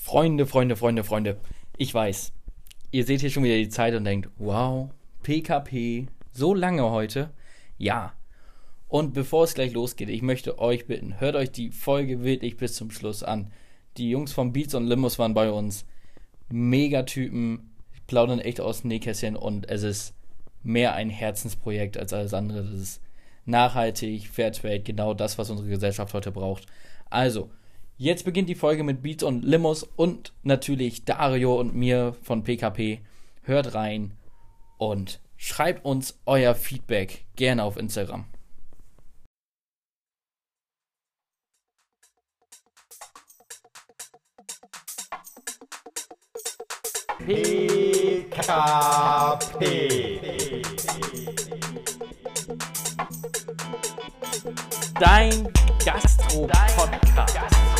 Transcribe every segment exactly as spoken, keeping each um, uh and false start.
Freunde, Freunde, Freunde, Freunde, ich weiß, ihr seht hier schon wieder die Zeit und denkt, wow, P K P, so lange heute? Ja. Und bevor es gleich losgeht, ich möchte euch bitten, hört euch die Folge wirklich bis zum Schluss an. Die Jungs von Beats und Limos waren bei uns. Megatypen, plaudern echt aus dem Nähkästchen und es ist mehr ein Herzensprojekt als alles andere. Das ist nachhaltig, Fairtrade, genau das, was unsere Gesellschaft heute braucht. Also, jetzt beginnt die Folge mit Beats und Limos und natürlich Dario und mir von P K P. Hört rein und schreibt uns euer Feedback gerne auf Instagram. P K P. Dein Gastro-Podcast.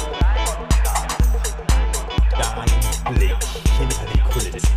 Dein Blick hinter die Kulissen.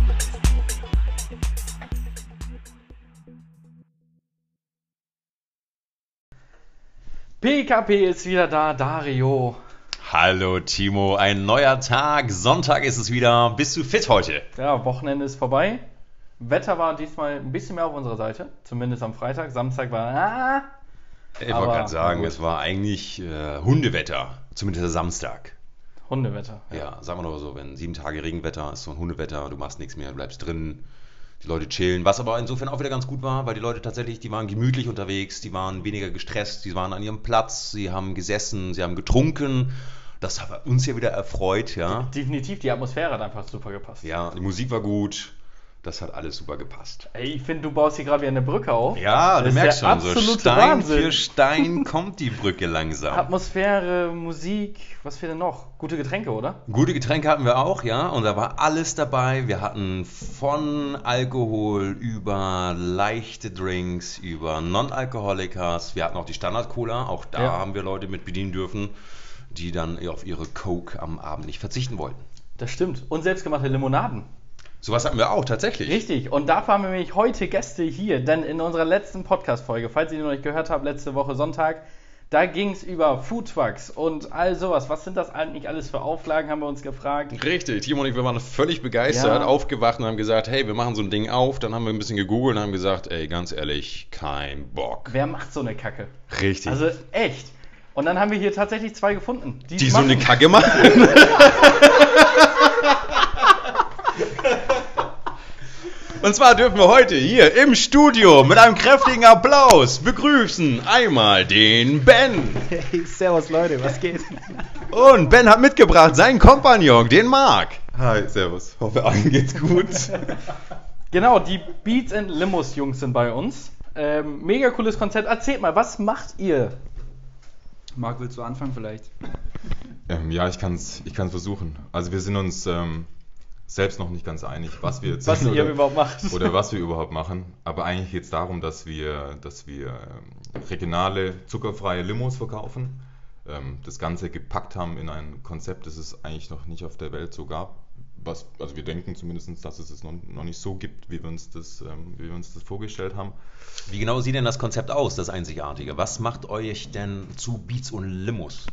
P K P ist wieder da, Dario. Hallo Timo, ein neuer Tag, Sonntag ist es wieder. Bist du fit heute? Ja, Wochenende ist vorbei. Wetter war diesmal ein bisschen mehr auf unserer Seite, zumindest am Freitag. Samstag war, ah, Ich wollte Aber- gerade sagen, gut. es war eigentlich äh, Hundewetter, zumindest der Samstag. Hundewetter. Ja, sagen wir doch so, wenn sieben Tage Regenwetter ist, so ein Hundewetter, du machst nichts mehr, du bleibst drin, die Leute chillen. Was aber insofern auch wieder ganz gut war, weil die Leute tatsächlich, die waren gemütlich unterwegs, die waren weniger gestresst, die waren an ihrem Platz, sie haben gesessen, sie haben getrunken. Das hat uns ja wieder erfreut, ja. Definitiv, die Atmosphäre hat einfach super gepasst. Ja, die Musik war gut, das hat alles super gepasst. Ey, ich finde, du baust hier gerade wieder eine Brücke auf. Ja, du Das ist merkst der schon, so absolute Stein Wahnsinn. für Stein kommt die Brücke langsam. Atmosphäre, Musik, was fehlt denn noch? Gute Getränke, oder? Gute Getränke hatten wir auch, ja, und da war alles dabei. Wir hatten von Alkohol über leichte Drinks, über Non-Alkoholikas. Wir hatten auch die Standard-Cola, auch da Ja. haben wir Leute mit bedienen dürfen, die dann auf ihre Coke am Abend nicht verzichten wollten. Das stimmt. Und selbstgemachte Limonaden. Sowas hatten wir auch, tatsächlich. Richtig. Und dafür haben wir nämlich heute Gäste hier, denn in unserer letzten Podcast-Folge, falls ihr die noch nicht gehört habt, letzte Woche Sonntag, da ging es über Foodtrucks und all sowas. Was sind das eigentlich alles für Auflagen, haben wir uns gefragt. Richtig, Timo und ich, wir waren völlig begeistert, Ja. aufgewacht und haben gesagt, hey, wir machen so ein Ding auf. Dann haben wir ein bisschen gegoogelt und haben gesagt, ey, ganz ehrlich, kein Bock. Wer macht so eine Kacke? Richtig. Also echt. Und dann haben wir hier tatsächlich zwei gefunden. die es so eine machen. Kacke machen. Und zwar dürfen wir heute hier im Studio mit einem kräftigen Applaus begrüßen einmal den Ben. Hey, servus Leute, was geht? Und Ben hat mitgebracht seinen Kompagnon, den Marc. Hi, servus. Hoffe, allen geht's gut. Genau, die Beats and Limos Jungs sind bei uns. Ähm, mega cooles Konzept. Erzählt mal, was macht ihr? Marc, willst du anfangen vielleicht? ähm, ja, ich kann's, ich kann's versuchen. Also wir sind uns ähm, selbst noch nicht ganz einig, was wir jetzt Was sind ihr oder, überhaupt macht? oder was wir überhaupt machen. Aber eigentlich geht es darum, dass wir, dass wir ähm, regionale, zuckerfreie Limos verkaufen. Ähm, das Ganze gepackt haben in ein Konzept, das es eigentlich noch nicht auf der Welt so gab. Was, also wir denken zumindest, dass es es noch, noch nicht so gibt, wie wir uns das, ähm, wie wir uns das vorgestellt haben. Wie genau sieht denn das Konzept aus, das Einzigartige? Was macht euch denn zu Beats und Limos?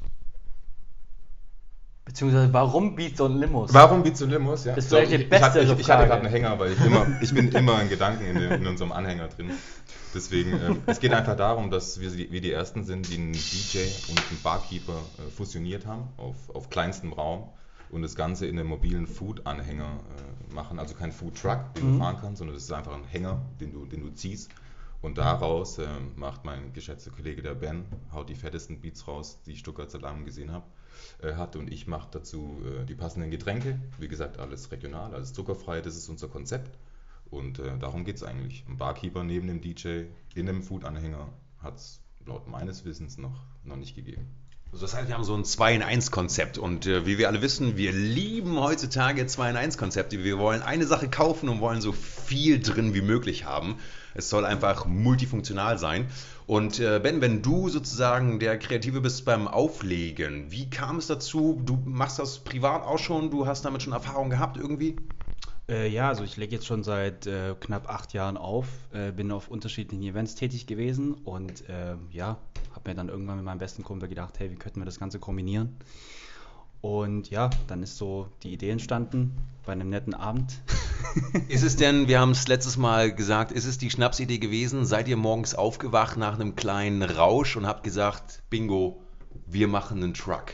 Beziehungsweise, warum Beats und Limos? Warum Beats und Limos? Ja. Das ist vielleicht die ich, ich, bessere hatte- ich, ich Frage. hatte gerade einen Hänger, weil ich, immer, ich bin immer in Gedanken in, dem, in unserem Anhänger drin. Deswegen, ähm, es geht einfach darum, dass wir, die- wir die Ersten sind, die einen D J und einen Barkeeper äh, fusioniert haben auf, auf kleinstem Raum und das Ganze in einem mobilen Food-Anhänger äh, machen. Also kein Food-Truck, den Mhm. du fahren kannst, sondern das ist einfach ein Hänger, den du, den du ziehst. Und daraus ähm, macht mein geschätzter Kollege, der Ben, haut die fettesten Beats raus, die ich Stuttgart seit langem gesehen habe. Äh, hat und ich mache dazu äh, die passenden Getränke. Wie gesagt, alles regional, alles zuckerfrei, das ist unser Konzept. Und äh, darum geht es eigentlich. Ein Barkeeper neben dem D J in einem Food-Anhänger hat es laut meines Wissens noch, noch nicht gegeben. Also das heißt, wir haben so ein zwei in eins Konzept und äh, wie wir alle wissen, wir lieben heutzutage zwei in eins Konzepte. Wir wollen eine Sache kaufen und wollen so viel drin wie möglich haben. Es soll einfach multifunktional sein. Und äh, Ben, wenn du sozusagen der Kreative bist beim Auflegen, wie kam es dazu? Du machst das privat auch schon, du hast damit schon Erfahrung gehabt irgendwie? Äh, ja, also ich lege jetzt schon seit äh, knapp acht Jahren auf, äh, bin auf unterschiedlichen Events tätig gewesen und äh, ja, habe mir dann irgendwann mit meinem besten Kumpel gedacht, hey, wie könnten wir das Ganze kombinieren? Und ja, dann ist so die Idee entstanden bei einem netten Abend. Ist es denn, wir haben es letztes Mal gesagt, ist es die Schnapsidee gewesen? Seid ihr morgens aufgewacht nach einem kleinen Rausch und habt gesagt, Bingo, wir machen einen Truck?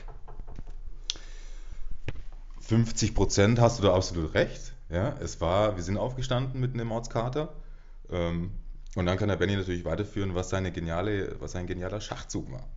fünfzig Prozent hast du da absolut recht. Ja, es war, wir sind aufgestanden mitten im Ortskater. Ähm, und dann kann der Benny natürlich weiterführen, was seine geniale, was sein genialer Schachzug war.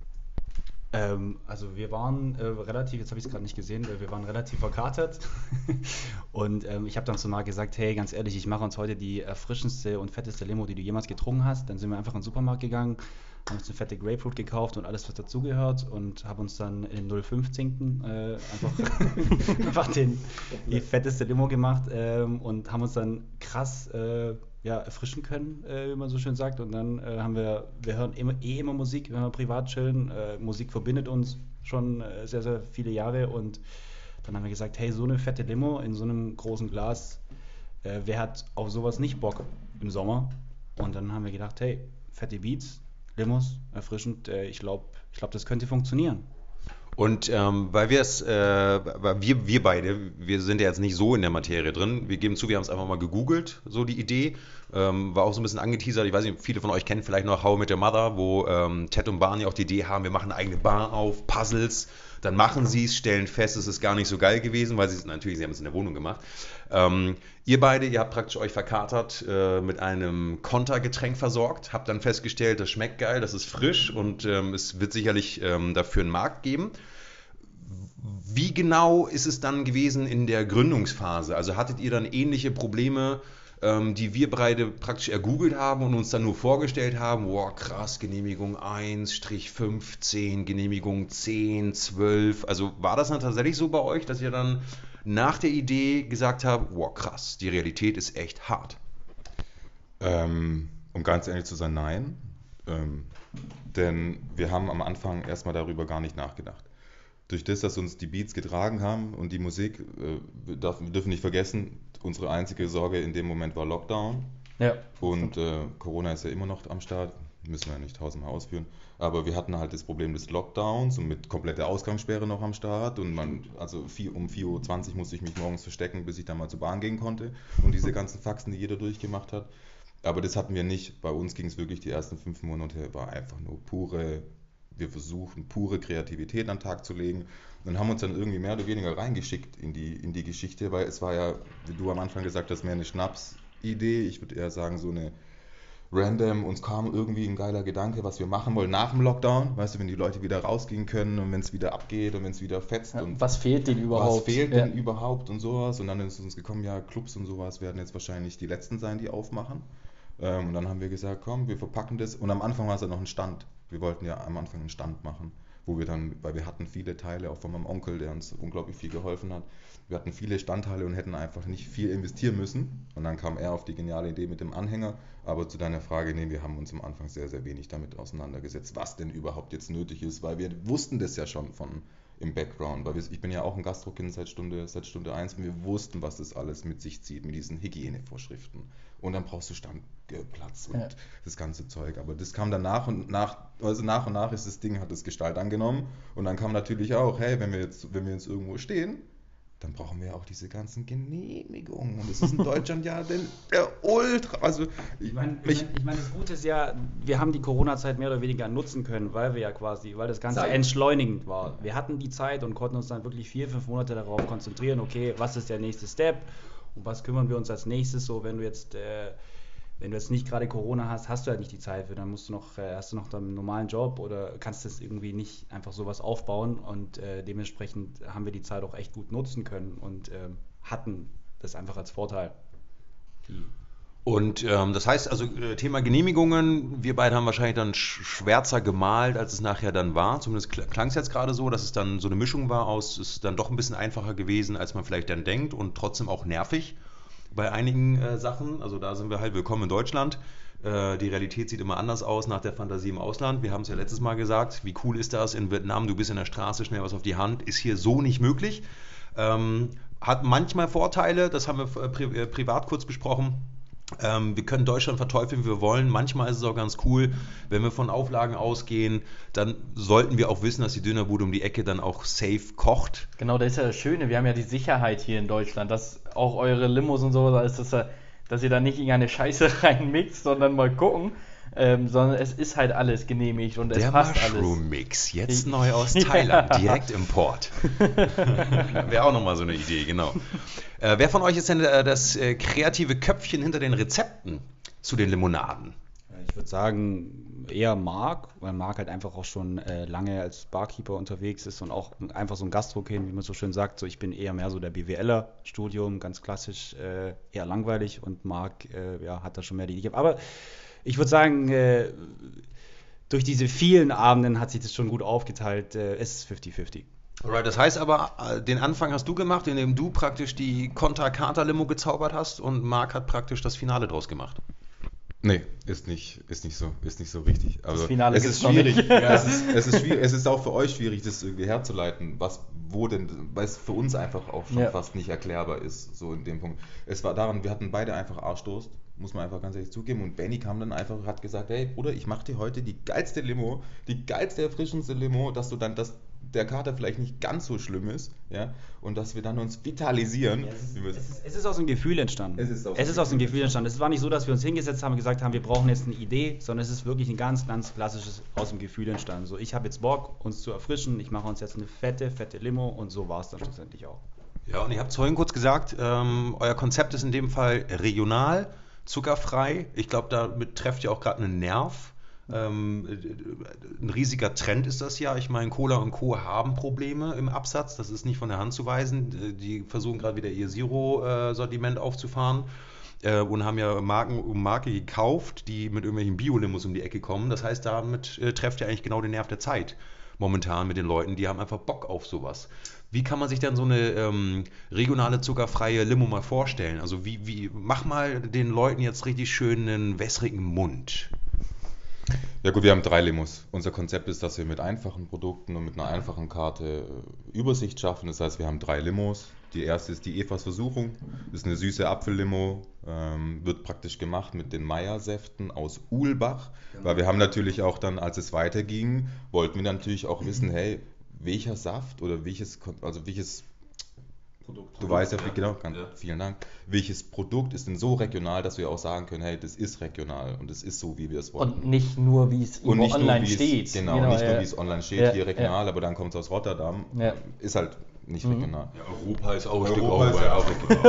Ähm, also wir waren äh, relativ, jetzt habe ich es gerade nicht gesehen, äh, wir waren relativ verkatert und ähm, ich habe dann zu Marc gesagt, hey, ganz ehrlich, ich mache uns heute die erfrischendste und fetteste Limo, die du jemals getrunken hast. Dann sind wir einfach in den Supermarkt gegangen, haben uns eine fette Grapefruit gekauft und alles, was dazugehört und haben uns dann in den null fünfzehn. Äh, einfach, einfach den, die fetteste Limo gemacht ähm, und haben uns dann krass äh, ja, erfrischen können, äh, wie man so schön sagt. Und dann äh, haben wir, wir hören immer, eh immer Musik, wenn wir privat chillen. Äh, Musik verbindet uns schon äh, sehr, sehr viele Jahre. Und dann haben wir gesagt, hey, so eine fette Limo in so einem großen Glas, äh, wer hat auf sowas nicht Bock im Sommer? Und dann haben wir gedacht, hey, fette Beats, Limos, erfrischend, äh, ich glaube, ich glaub, das könnte funktionieren. Und ähm, weil wir es, äh, weil wir, wir beide, wir sind ja jetzt nicht so in der Materie drin, wir geben zu, wir haben es einfach mal gegoogelt, so die Idee, ähm, war auch so ein bisschen angeteasert, ich weiß nicht, viele von euch kennen vielleicht noch How I Met Your Mother, wo ähm, Ted und Barney auch die Idee haben, wir machen eine eigene Bar auf, Puzzles, dann machen sie es, stellen fest, es ist gar nicht so geil gewesen, weil sie es, natürlich, sie haben es in der Wohnung gemacht. Ähm, ihr beide, ihr habt praktisch euch verkatert, äh, mit einem Kontergetränk versorgt, habt dann festgestellt, das schmeckt geil, das ist frisch und ähm, es wird sicherlich ähm, dafür einen Markt geben. Wie genau ist es dann gewesen in der Gründungsphase? Also hattet ihr dann ähnliche Probleme, ähm, die wir beide praktisch ergoogelt haben und uns dann nur vorgestellt haben, wow, krass, Genehmigung eins, fünfzehn, Genehmigung zehn, zwölf, also war das dann tatsächlich so bei euch, dass ihr dann nach der Idee gesagt habt, wow, krass, die Realität ist echt hart? Ähm, um ganz ehrlich zu sein, nein. Ähm, denn wir haben am Anfang erstmal darüber gar nicht nachgedacht. Durch das, dass uns die Beats getragen haben und die Musik, äh, wir, darf, wir dürfen nicht vergessen, unsere einzige Sorge in dem Moment war Lockdown. Ja. Und äh, Corona ist ja immer noch am Start, müssen wir ja nicht tausendmal ausführen. Aber wir hatten halt das Problem des Lockdowns und mit kompletter Ausgangssperre noch am Start. Und man, also vier, um vier Uhr zwanzig musste ich mich morgens verstecken, bis ich dann mal zur Bahn gehen konnte. Und diese ganzen Faxen, die jeder durchgemacht hat. Aber das hatten wir nicht. Bei uns ging es wirklich die ersten fünf Monate, war einfach nur pure, wir versuchen pure Kreativität an den Tag zu legen. Und haben uns dann irgendwie mehr oder weniger reingeschickt in die, in die Geschichte, weil es war ja, wie du am Anfang gesagt hast, mehr eine Schnapsidee. Ich würde eher sagen, so eine random, uns kam irgendwie ein geiler Gedanke, was wir machen wollen nach dem Lockdown. Weißt du, wenn die Leute wieder rausgehen können und wenn es wieder abgeht und wenn es wieder fetzt. Ja, und was fehlt denen überhaupt? Was fehlt ja. denn überhaupt und sowas. Und dann ist uns gekommen, ja, Clubs und sowas werden jetzt wahrscheinlich die letzten sein, die aufmachen. Ähm, und dann haben wir gesagt, komm, wir verpacken das. Und am Anfang war es ja noch ein Stand. Wir wollten ja am Anfang einen Stand machen, wo wir dann, weil wir hatten viele Teile, auch von meinem Onkel, der uns unglaublich viel geholfen hat. Wir hatten viele Standteile und hätten einfach nicht viel investieren müssen. Und dann kam er auf die geniale Idee mit dem Anhänger. Aber zu deiner Frage, nee, wir haben uns am Anfang sehr, sehr wenig damit auseinandergesetzt, was denn überhaupt jetzt nötig ist, weil wir wussten das ja schon von im Background, weil wir, ich bin ja auch ein Gastrokind seit Stunde, seit Stunde eins und wir wussten, was das alles mit sich zieht, mit diesen Hygienevorschriften. Und dann brauchst du Standplatz und ja. das ganze Zeug. Aber das kam dann nach und nach, also nach und nach ist das Ding, hat das Gestalt angenommen. Und dann kam natürlich auch, hey, wenn wir jetzt, wenn wir jetzt irgendwo stehen, dann brauchen wir auch diese ganzen Genehmigungen. Und das ist in Deutschland ja der, der Ultra. Also ich meine, ich, ich mein, das Gute ist ja, wir haben die Corona-Zeit mehr oder weniger nutzen können, weil wir ja quasi, weil das Ganze Zeit. entschleunigend war. Wir hatten die Zeit und konnten uns dann wirklich vier, fünf Monate darauf konzentrieren, okay, was ist der nächste Step und was kümmern wir uns als nächstes, so wenn du jetzt äh, wenn du jetzt nicht gerade Corona hast, hast du halt nicht die Zeit für, dann musst du noch, äh, hast du noch einen normalen Job oder kannst das irgendwie nicht einfach sowas aufbauen und äh, dementsprechend haben wir die Zeit auch echt gut nutzen können und äh, hatten das einfach als Vorteil. Die Und ähm, das heißt also, äh, Thema Genehmigungen, wir beide haben wahrscheinlich dann sch- schwärzer gemalt, als es nachher dann war. Zumindest kl- klang es jetzt gerade so, dass es dann so eine Mischung war aus, es ist dann doch ein bisschen einfacher gewesen, als man vielleicht dann denkt und trotzdem auch nervig bei einigen äh, Sachen. Also da sind wir halt willkommen in Deutschland. Äh, die Realität sieht immer anders aus nach der Fantasie im Ausland. Wir haben es ja letztes Mal gesagt, wie cool ist das in Vietnam, du bist in der Straße, schnell was auf die Hand, ist hier so nicht möglich. Ähm, hat manchmal Vorteile, das haben wir pri- äh, privat kurz besprochen. Ähm, wir können Deutschland verteufeln, wie wir wollen. Manchmal ist es auch ganz cool, wenn wir von Auflagen ausgehen, dann sollten wir auch wissen, dass die Dönerbude um die Ecke dann auch safe kocht. Genau, das ist ja das Schöne. Wir haben ja die Sicherheit hier in Deutschland, dass auch eure Limos und so, dass, das, dass ihr da nicht irgendeine Scheiße reinmixt, sondern mal gucken. Ähm, sondern es ist halt alles genehmigt und es Der passt alles. Mushroom Mix, jetzt Ich- neu aus Ja. Thailand, direkt Import. Wäre auch nochmal so eine Idee, genau. Äh, wer von euch ist denn äh, das äh, kreative Köpfchen hinter den Rezepten zu den Limonaden? Ich würde sagen, eher Marc, weil Marc halt einfach auch schon äh, lange als Barkeeper unterwegs ist und auch einfach so ein Gastro-Kind, wie man so schön sagt. So, ich bin eher mehr so der BWLer, Studium, ganz klassisch, äh, eher langweilig und Marc äh, ja, hat da schon mehr die Idee. Aber ich würde sagen, äh, durch diese vielen Abenden hat sich das schon gut aufgeteilt. Äh, es ist fifty fifty. Alright, das heißt aber, äh, den Anfang hast du gemacht, indem du praktisch die Contra Carta Limo gezaubert hast und Marc hat praktisch das Finale draus gemacht. Nee, ist nicht, ist nicht so, ist nicht so richtig. Also, Finale es gibt's ist noch schwierig. nicht. Ja, es, ist, es, ist schwierig. Es ist auch für euch schwierig, das irgendwie herzuleiten, was, wo denn, weil es für uns einfach auch schon Ja. fast nicht erklärbar ist, so in dem Punkt. Es war daran, wir hatten beide einfach Arschdurst, muss man einfach ganz ehrlich zugeben. Und Benny kam dann einfach und hat gesagt, hey Bruder, ich mach dir heute die geilste Limo, die geilste, erfrischendste Limo, dass du dann, dass der Kater vielleicht nicht ganz so schlimm ist, ja, und dass wir dann uns vitalisieren. wie wir- Es ist, es ist aus dem Gefühl entstanden. Es ist aus es dem ist aus dem Gefühl Gefühl entstanden. Es war nicht so, dass wir uns hingesetzt haben und gesagt haben, wir brauchen jetzt eine Idee, sondern es ist wirklich ein ganz, ganz klassisches aus dem Gefühl entstanden. So, ich habe jetzt Bock, uns zu erfrischen, ich mache uns jetzt eine fette, fette Limo und so war es dann schlussendlich auch. Ja, und ihr habt es vorhin kurz gesagt, ähm, euer Konzept ist in dem Fall regional, zuckerfrei. Ich glaube, damit trefft ihr auch gerade einen Nerv. Ähm, ein riesiger Trend ist das ja. Ich meine, Cola und Co. haben Probleme im Absatz. Das ist nicht von der Hand zu weisen. Die versuchen gerade wieder ihr Zero-Sortiment aufzufahren äh, und haben ja Marken um Marke gekauft, die mit irgendwelchen Bio-Limos um die Ecke kommen. Das heißt, damit äh, trefft ihr eigentlich genau den Nerv der Zeit momentan mit den Leuten. Die haben einfach Bock auf sowas. Wie kann man sich denn so eine ähm, regionale zuckerfreie Limo mal vorstellen? Also wie, wie, mach mal den Leuten jetzt richtig schön einen wässrigen Mund. Ja gut, wir haben drei Limos. Unser Konzept ist, dass wir mit einfachen Produkten und mit einer einfachen Karte äh, Übersicht schaffen. Das heißt, wir haben drei Limos. Die erste ist die Evas Versuchung. Das ist eine süße Apfellimo. Ähm, wird praktisch gemacht mit den Meiersäften aus Uhlbach. Weil wir haben natürlich auch dann, als es weiterging, wollten wir natürlich auch wissen, hey, welcher Saft oder welches, Kon- also welches Produkt. Du weißt ja, wie- genau, ganz, vielen Dank. Welches Produkt ist denn so regional, dass wir auch sagen können, hey, das ist regional und es ist so, wie wir es wollen. Und nicht nur, wie es Und irgendwo online wie steht. Es, genau, nicht ja. nur, wie es online steht, Ja, hier regional, ja. aber dann kommt es aus Rotterdam. Ja. Ist halt nicht Mhm. regional. Ja, Europa ist auch ein Stück Europa ist Europa. ja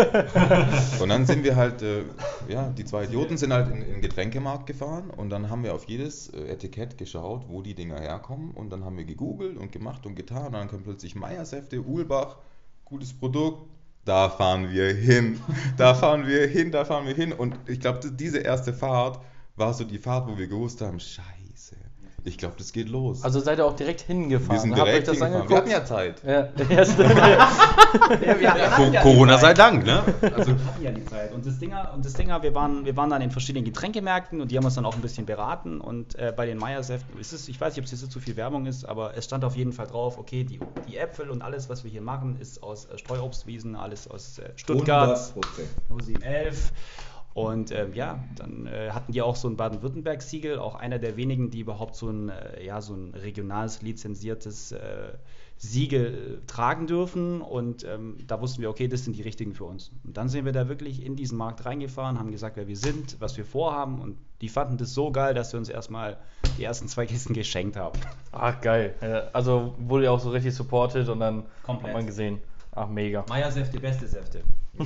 auch Und dann sind wir halt, äh, ja, die zwei Idioten sind halt in, in den Getränkemarkt gefahren und dann haben wir auf jedes äh, Etikett geschaut, wo die Dinger herkommen und dann haben wir gegoogelt und gemacht und getan und dann kommt plötzlich Meiersäfte, Uhlbach, gutes Produkt, da fahren wir hin, da fahren wir hin, da fahren wir hin und ich glaube, diese erste Fahrt war so die Fahrt, wo wir gewusst haben, scheiße, ich glaube, das geht los. Also seid ihr auch direkt hingefahren? wir sind Habt euch direkt das hingefahren, wir hatten angeguckt? ja Zeit. Ja, ja, stimmt. Ja, wir hatten ja die Corona Zeit. sei Dank, ne? Also wir hatten ja die Zeit. Und das Dinger, und das Dinger, wir waren, wir waren dann in verschiedenen Getränkemärkten und die haben uns dann auch ein bisschen beraten. Und äh, bei den Meiersäften, ist es, ich weiß nicht, ob es jetzt zu viel Werbung ist, aber es stand auf jeden Fall drauf, okay, die, die Äpfel und alles, was wir hier machen, ist aus äh, Streuobstwiesen, alles aus äh, Stuttgart, null sieben elf. Und ähm, ja, dann äh, hatten die auch so ein Baden-Württemberg-Siegel, auch einer der wenigen, die überhaupt so ein, äh, ja, so ein regionales, lizenziertes äh, Siegel äh, tragen dürfen. Und ähm, da wussten wir, okay, das sind die richtigen für uns. Und dann sind wir da wirklich in diesen Markt reingefahren, haben gesagt, wer wir sind, was wir vorhaben. Und die fanden das so geil, dass wir uns erstmal die ersten zwei Kisten geschenkt haben. Ach, geil. Ja, also wurde ihr auch so richtig supported und dann Komplett. hat man gesehen. Ach, mega. Meiersäfte, beste Säfte.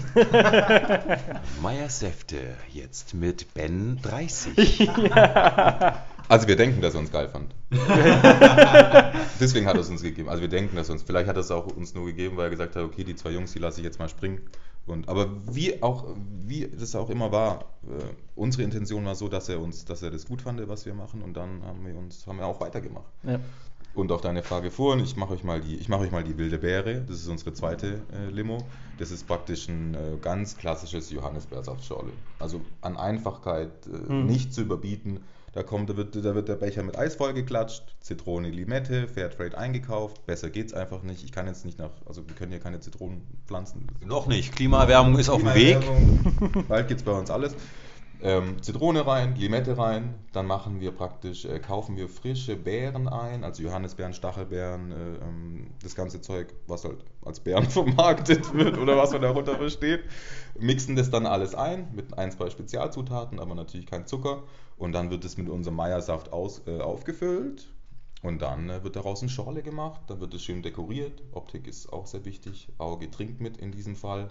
Meyers Säfte, jetzt mit Ben dreißig. Also wir denken, dass er uns geil fand. Deswegen hat er es uns gegeben. Also wir denken, dass er uns, vielleicht hat er es auch uns nur gegeben, weil er gesagt hat, okay, die zwei Jungs, die lasse ich jetzt mal springen. Und, aber wie auch, wie das auch immer war, äh, unsere Intention war so, dass er uns, dass er das gut fand, was wir machen, und dann haben wir uns, haben wir auch weitergemacht. Ja. Und auf deine Frage vorhin, ich mache euch mal die, ich mache euch mal die wilde Beere. Das ist unsere zweite äh, Limo. Das ist praktisch ein äh, ganz klassisches Johannisbeersaftschorle. Also an Einfachkeit äh, Mhm. nicht zu überbieten. Da kommt, da wird, da wird der Becher mit Eis vollgeklatscht, Zitrone, Limette, Fairtrade eingekauft. Besser geht's einfach nicht. Ich kann jetzt nicht nach, also wir können hier keine Zitronen pflanzen. Noch nicht. Klimaerwärmung ist auf dem Weg. Klimaerwärmung, bald gibt's bei uns alles. Ähm, Zitrone rein, Limette rein, dann machen wir praktisch, äh, kaufen wir frische Beeren ein, also Johannisbeeren, Stachelbeeren, äh, ähm, das ganze Zeug, was halt als Beeren vermarktet wird oder was man darunter versteht, mixen das dann alles ein mit ein, zwei Spezialzutaten, aber natürlich kein Zucker und dann wird es mit unserem Meiersaft aus, äh, aufgefüllt und dann äh, wird daraus eine Schorle gemacht, dann wird es schön dekoriert, Optik ist auch sehr wichtig, Auge trinkt mit in diesem Fall.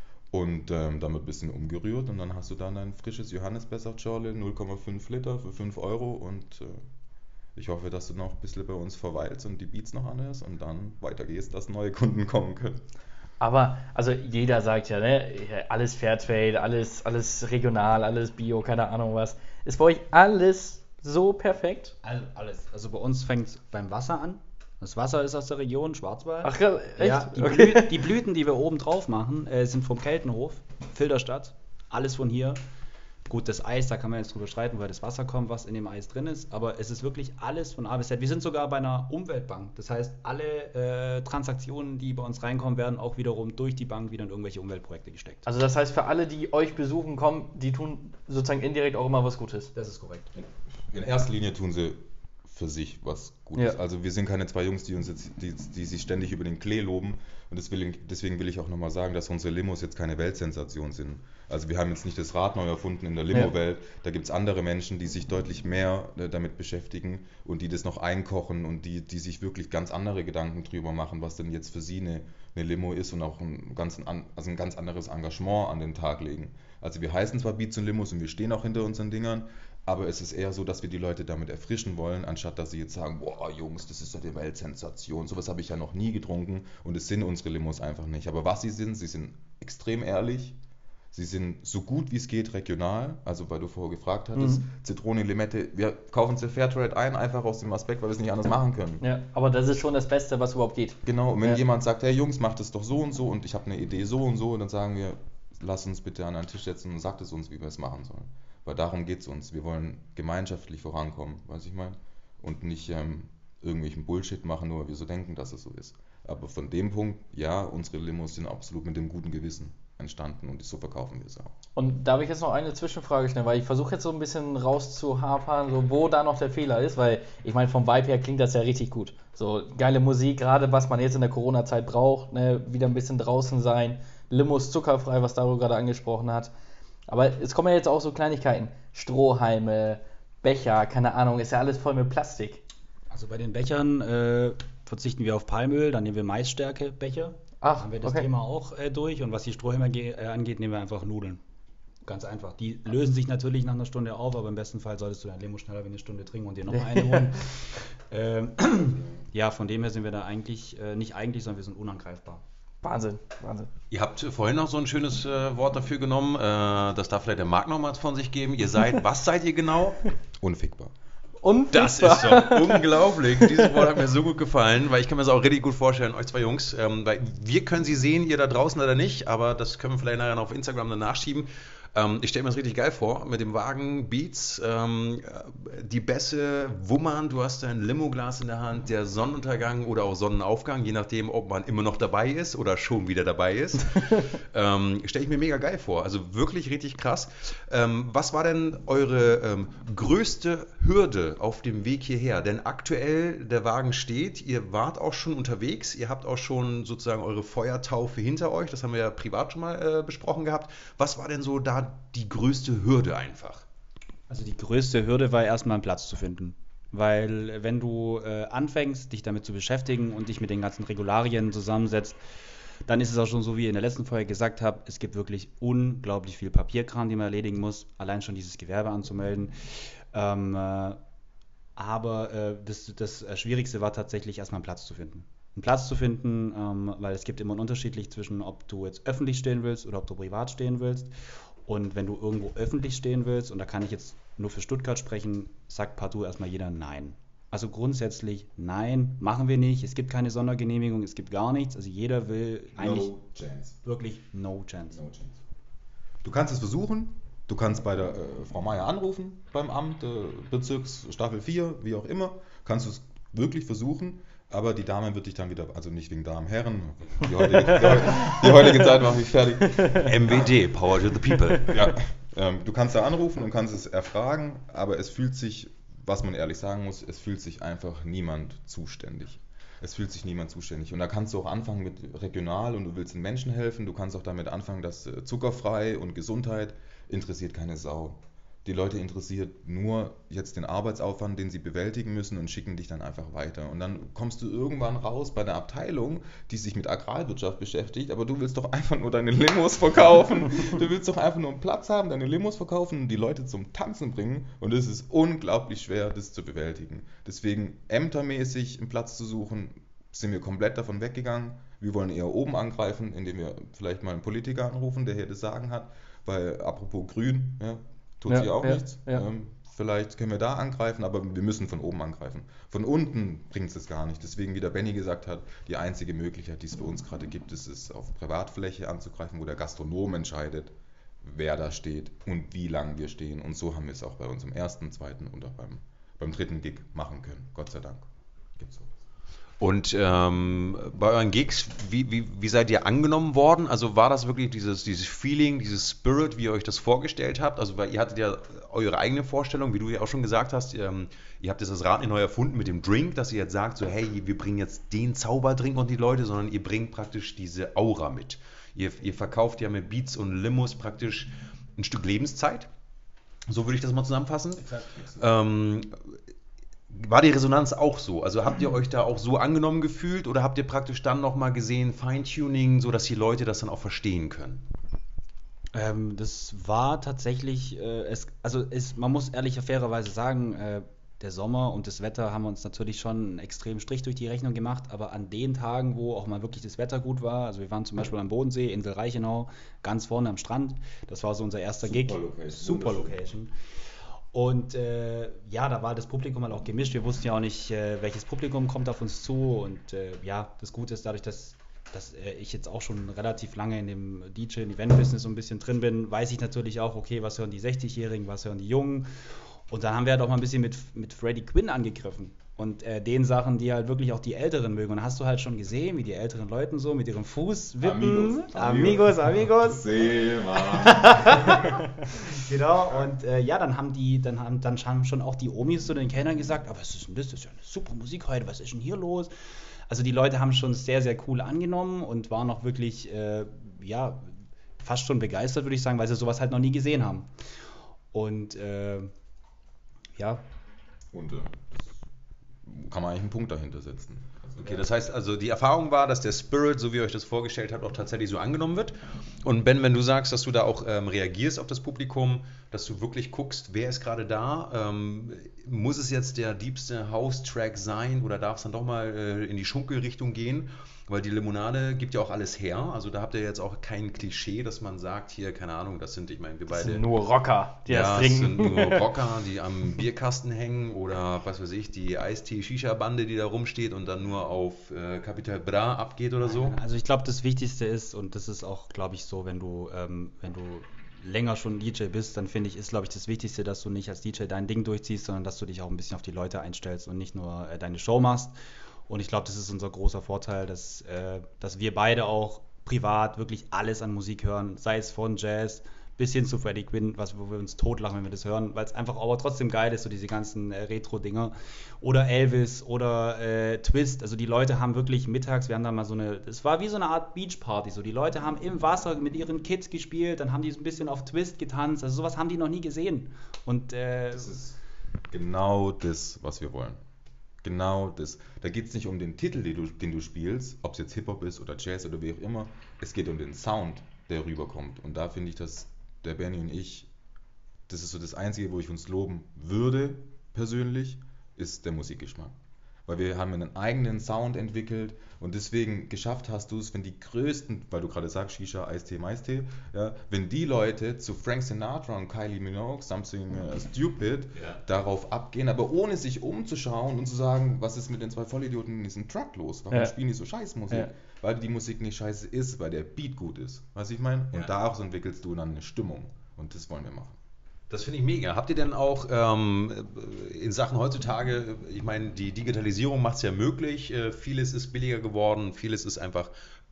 Und ähm, dann wird ein bisschen umgerührt und dann hast du dann ein frisches Johannisbeersaftschorle, null Komma fünf Liter für fünf Euro und äh, ich hoffe, dass du noch ein bisschen bei uns verweilst und die Beats noch anhörst und dann weitergehst, dass neue Kunden kommen können. Aber, also jeder sagt ja, ne, alles Fairtrade, alles, alles regional, alles Bio, keine Ahnung was. Ist bei euch alles so perfekt? Also alles. Also bei uns fängt es beim Wasser an. Das Wasser ist aus der Region Schwarzwald. Ach ja, echt? Ja, die, Okay. Blü die Blüten, die wir oben drauf machen, äh, sind vom Keltenhof, Filderstadt, alles von hier. Gut, das Eis, da kann man jetzt drüber streiten, weil das Wasser kommt, was in dem Eis drin ist, aber es ist wirklich alles von A bis Z. Wir sind sogar bei einer Umweltbank, das heißt, alle äh, Transaktionen, die bei uns reinkommen, werden auch wiederum durch die Bank wieder in irgendwelche Umweltprojekte gesteckt. Also das heißt, für alle, die euch besuchen kommen, die tun sozusagen indirekt auch immer was Gutes. Das ist korrekt. In erster Linie tun sie für sich was Gutes. Ja. Also wir sind keine zwei Jungs, die uns jetzt, die, die sich ständig über den Klee loben. Und deswegen, deswegen will ich auch nochmal sagen, dass unsere Limos jetzt keine Weltsensation sind. Also wir haben jetzt nicht das Rad neu erfunden in der Limo-Welt. Da gibt es andere Menschen, die sich deutlich mehr äh, damit beschäftigen und die das noch einkochen und die, die sich wirklich ganz andere Gedanken drüber machen, was denn jetzt für sie eine, eine Limo ist und auch ein ganz, an, also ein ganz anderes Engagement an den Tag legen. Also wir heißen zwar Beats und Limos und wir stehen auch hinter unseren Dingern, aber es ist eher so, dass wir die Leute damit erfrischen wollen, anstatt dass sie jetzt sagen, boah Jungs, das ist ja die Weltsensation, sowas habe ich ja noch nie getrunken und es sind unsere Limos einfach nicht. Aber was sie sind, sie sind extrem ehrlich, sie sind so gut wie es geht regional, also weil du vorher gefragt hattest, Mhm. Zitrone, Limette, wir kaufen sie Fairtrade ein, einfach aus dem Aspekt, weil wir es nicht anders machen können. Ja, aber das ist schon das Beste, was überhaupt geht. Genau, und wenn Ja. jemand sagt, hey Jungs, macht es doch so und so und ich habe eine Idee so und so, dann sagen wir, lass uns bitte an einen Tisch setzen und sagt es uns, wie wir es machen sollen. Weil darum geht es uns. Wir wollen gemeinschaftlich vorankommen, weiß ich meine? Und nicht ähm, irgendwelchen Bullshit machen, nur weil wir so denken, dass es so ist. Aber von dem Punkt, ja, unsere Limos sind absolut mit dem guten Gewissen entstanden und so verkaufen wir es auch. Und darf ich jetzt noch eine Zwischenfrage stellen, weil ich versuche jetzt so ein bisschen rauszuhapern, so wo da noch der Fehler ist, weil ich meine, vom Vibe her klingt das ja richtig gut. So geile Musik, gerade was man jetzt in der Corona-Zeit braucht, ne? Wieder ein bisschen draußen sein, Limos zuckerfrei, was Dario gerade angesprochen hat. Aber es kommen ja jetzt auch so Kleinigkeiten, Strohhalme, Becher, keine Ahnung, ist ja alles voll mit Plastik. Also bei den Bechern äh, verzichten wir auf Palmöl, dann nehmen wir Maisstärke-Becher. Ach, Haben wir das okay. Thema auch äh, durch und was die Strohhalme ge- äh, angeht, nehmen wir einfach Nudeln. Ganz einfach. Die lösen sich natürlich nach einer Stunde auf, aber im besten Fall solltest du dein Limo schneller wie eine Stunde trinken und dir noch eine holen. ähm, ja, von dem her sind wir da eigentlich, äh, nicht eigentlich, sondern wir sind unangreifbar. Wahnsinn, Wahnsinn. Ihr habt vorhin noch so ein schönes äh, Wort dafür genommen, äh, das darf vielleicht der Marc nochmal von sich geben. Ihr seid, was seid ihr genau? Unfickbar. Und Das ist doch unglaublich. Dieses Wort hat mir so gut gefallen, weil ich kann mir das auch richtig gut vorstellen, euch zwei Jungs. Ähm, weil wir können sie sehen, ihr da draußen leider nicht, aber das können wir vielleicht nachher noch auf Instagram dann nachschieben. Ähm, ich stelle mir das richtig geil vor, mit dem Wagen, Beats, ähm, die Bässe wummern, du hast dein Limoglas in der Hand, der Sonnenuntergang oder auch Sonnenaufgang, je nachdem, ob man immer noch dabei ist oder schon wieder dabei ist. ähm, stelle ich mir mega geil vor, also wirklich richtig krass. Ähm, was war denn eure ähm, größte Hürde auf dem Weg hierher? Denn aktuell der Wagen steht, ihr wart auch schon unterwegs, ihr habt auch schon sozusagen eure Feuertaufe hinter euch, das haben wir ja privat schon mal äh, besprochen gehabt. Was war denn so da die größte Hürde einfach? Also die größte Hürde war erstmal einen Platz zu finden. Weil wenn du äh, anfängst, dich damit zu beschäftigen und dich mit den ganzen Regularien zusammensetzt, dann ist es auch schon so, wie ich in der letzten Folge gesagt habe, es gibt wirklich unglaublich viel Papierkram, den man erledigen muss, allein schon dieses Gewerbe anzumelden. Ähm, äh, aber äh, das, das Schwierigste war tatsächlich erstmal einen Platz zu finden. Einen Platz zu finden, ähm, weil es gibt immer einen Unterschied zwischen, ob du jetzt öffentlich stehen willst oder ob du privat stehen willst. Und wenn du irgendwo öffentlich stehen willst, und da kann ich jetzt nur für Stuttgart sprechen, sagt partout erstmal jeder Nein. Also grundsätzlich Nein, machen wir nicht. Es gibt keine Sondergenehmigung, es gibt gar nichts. Also jeder will eigentlich No chance. wirklich no chance. No chance. Du kannst es versuchen, du kannst bei der äh, Frau Meier anrufen, beim Amt, äh, Bezirks, Staffel vier, wie auch immer, kannst du es wirklich versuchen, aber die Dame wird dich dann wieder, also nicht wegen Damen, Herren, die heutige, die, die heutige Zeit macht mich fertig. M W D, Power to the People. Ja, Ähm, du kannst da anrufen und kannst es erfragen, aber es fühlt sich, was man ehrlich sagen muss, es fühlt sich einfach niemand zuständig. Es fühlt sich niemand zuständig. Und da kannst du auch anfangen mit regional und du willst den Menschen helfen. Du kannst auch damit anfangen, dass äh, zuckerfrei und Gesundheit interessiert keine Sau. Die Leute interessiert nur jetzt den Arbeitsaufwand, den sie bewältigen müssen und schicken dich dann einfach weiter. Und dann kommst du irgendwann raus bei der Abteilung, die sich mit Agrarwirtschaft beschäftigt, aber du willst doch einfach nur deine Limos verkaufen. Du willst doch einfach nur einen Platz haben, deine Limos verkaufen und die Leute zum Tanzen bringen. Und es ist unglaublich schwer, das zu bewältigen. Deswegen ämtermäßig einen Platz zu suchen, sind wir komplett davon weggegangen. Wir wollen eher oben angreifen, indem wir vielleicht mal einen Politiker anrufen, der hier das Sagen hat. Weil apropos Grün, ja, tut Ja, sich auch ja, nichts. ja. Ähm, vielleicht können wir da angreifen, aber wir müssen von oben angreifen. Von unten bringt es gar nicht. Deswegen, wie der Benny gesagt hat, die einzige Möglichkeit, die es für uns gerade gibt, ist es auf Privatfläche anzugreifen, wo der Gastronom entscheidet, wer da steht und wie lang wir stehen. Und so haben wir es auch bei unserem ersten, zweiten und auch beim, beim dritten Gig machen können. Gott sei Dank. Gibt's so. Und ähm, bei euren Gigs, wie, wie, wie seid ihr angenommen worden? Also war das wirklich dieses, dieses Feeling, dieses Spirit, wie ihr euch das vorgestellt habt? Also weil ihr hattet ja eure eigene Vorstellung, wie du ja auch schon gesagt hast, ähm, ihr habt jetzt das Rad nicht neu erfunden mit dem Drink, dass ihr jetzt sagt, so hey, wir bringen jetzt den Zauberdrink und die Leute, sondern ihr bringt praktisch diese Aura mit. Ihr, ihr verkauft ja mit Beats und Limos praktisch ein Stück Lebenszeit. So würde ich das mal zusammenfassen. Exakt. Ähm, War die Resonanz auch so? Also habt ihr euch da auch so angenommen gefühlt oder habt ihr praktisch dann nochmal gesehen, Feintuning, sodass die Leute das dann auch verstehen können? Ähm, das war tatsächlich, äh, es, also es, man muss ehrlich fairerweise sagen, äh, der Sommer und das Wetter haben uns natürlich schon einen extremen Strich durch die Rechnung gemacht, aber an den Tagen, wo auch mal wirklich das Wetter gut war, also wir waren zum Beispiel am Bodensee, Insel Reichenau, ganz vorne am Strand, das war so unser erster Super Gig. Location, Super wunderschön. Location. Und äh, ja, da war das Publikum halt auch gemischt. Wir wussten ja auch nicht, äh, welches Publikum kommt auf uns zu. Und äh, ja, das Gute ist dadurch, dass, dass äh, ich jetzt auch schon relativ lange in dem D J- und Event-Business so ein bisschen drin bin, weiß ich natürlich auch, okay, was hören die sechzigjährigen, was hören die Jungen. Und dann haben wir halt auch mal ein bisschen mit, mit Freddie Quinn angegriffen. Und äh, den Sachen, die halt wirklich auch die Älteren mögen. Und dann hast du halt schon gesehen, wie die älteren Leute so mit ihrem Fuß wippen. Amigos, Amigos. Genau, und äh, ja, dann haben die, dann haben, dann haben schon auch die Omis zu den Kellnern gesagt, aber was ist denn das? Das ist ja eine super Musik heute, was ist denn hier los? Also die Leute haben schon sehr, sehr cool angenommen und waren auch wirklich, äh, ja, fast schon begeistert, würde ich sagen, weil sie sowas halt noch nie gesehen haben. Und äh, ja. Und äh, das kann man eigentlich einen Punkt dahinter setzen. Also, Okay, das heißt also, die Erfahrung war, dass der Spirit, so wie ihr euch das vorgestellt habt, auch tatsächlich so angenommen wird. Und Ben, wenn du sagst, dass du da auch ähm, reagierst auf das Publikum, dass du wirklich guckst, wer ist gerade da, ähm, muss es jetzt der diebste House-Track sein oder darf es dann doch mal äh, in die Schunkelrichtung gehen? Weil die Limonade gibt ja auch alles her. Also da habt ihr jetzt auch kein Klischee, dass man sagt, hier, keine Ahnung, das sind, ich meine, wir Das beide... sind nur Rocker, die ja, das es trinken. sind nur Rocker, die am Bierkasten hängen oder was weiß ich, die Eistee-Shisha-Bande, die da rumsteht und dann nur auf äh, Capital Bra abgeht oder so. Also ich glaube, das Wichtigste ist, und das ist auch, glaube ich, so, wenn du, ähm, wenn du länger schon D J bist, dann finde ich, ist, glaube ich, das Wichtigste, dass du nicht als D J dein Ding durchziehst, sondern dass du dich auch ein bisschen auf die Leute einstellst und nicht nur äh, deine Show machst. Und ich glaube, das ist unser großer Vorteil, dass, äh, dass wir beide auch privat wirklich alles an Musik hören, sei es von Jazz bis hin zu Freddie Quinn, was, wo wir uns totlachen, wenn wir das hören, weil es einfach aber trotzdem geil ist, so diese ganzen äh, Retro-Dinger. Oder Elvis oder äh, Twist, also die Leute haben wirklich mittags, wir haben da mal so eine, es war wie so eine Art Beachparty, so die Leute haben im Wasser mit ihren Kids gespielt, dann haben die so ein bisschen auf Twist getanzt, also sowas haben die noch nie gesehen. Und äh, das ist genau das, was wir wollen. Genau das. Da geht es nicht um den Titel, den du, den du spielst, ob es jetzt Hip-Hop ist oder Jazz oder wie auch immer. Es geht um den Sound, der rüberkommt. Und da finde ich, dass der Benny und ich, das ist so das Einzige, wo ich uns loben würde, persönlich, ist der Musikgeschmack. Weil wir haben einen eigenen Sound entwickelt und deswegen geschafft hast du es, wenn die größten, weil du gerade sagst, Shisha, Eistee, Maistee, ja, wenn die Leute zu Frank Sinatra und Kylie Minogue, Something uh, Stupid, Ja. darauf abgehen, aber ohne sich umzuschauen und zu sagen, was ist mit den zwei Vollidioten in diesem Truck los? Warum Ja. spielen die so Scheißmusik? Ja. Weil die Musik nicht scheiße ist, weil der Beat gut ist. Weißt du, ich meine? Und Ja. daraus entwickelst du dann eine Stimmung. Und das wollen wir machen. Das finde ich mega. Habt ihr denn auch ähm, in Sachen heutzutage, ich meine, die Digitalisierung macht es ja möglich, äh, vieles ist billiger geworden, vieles ist einfach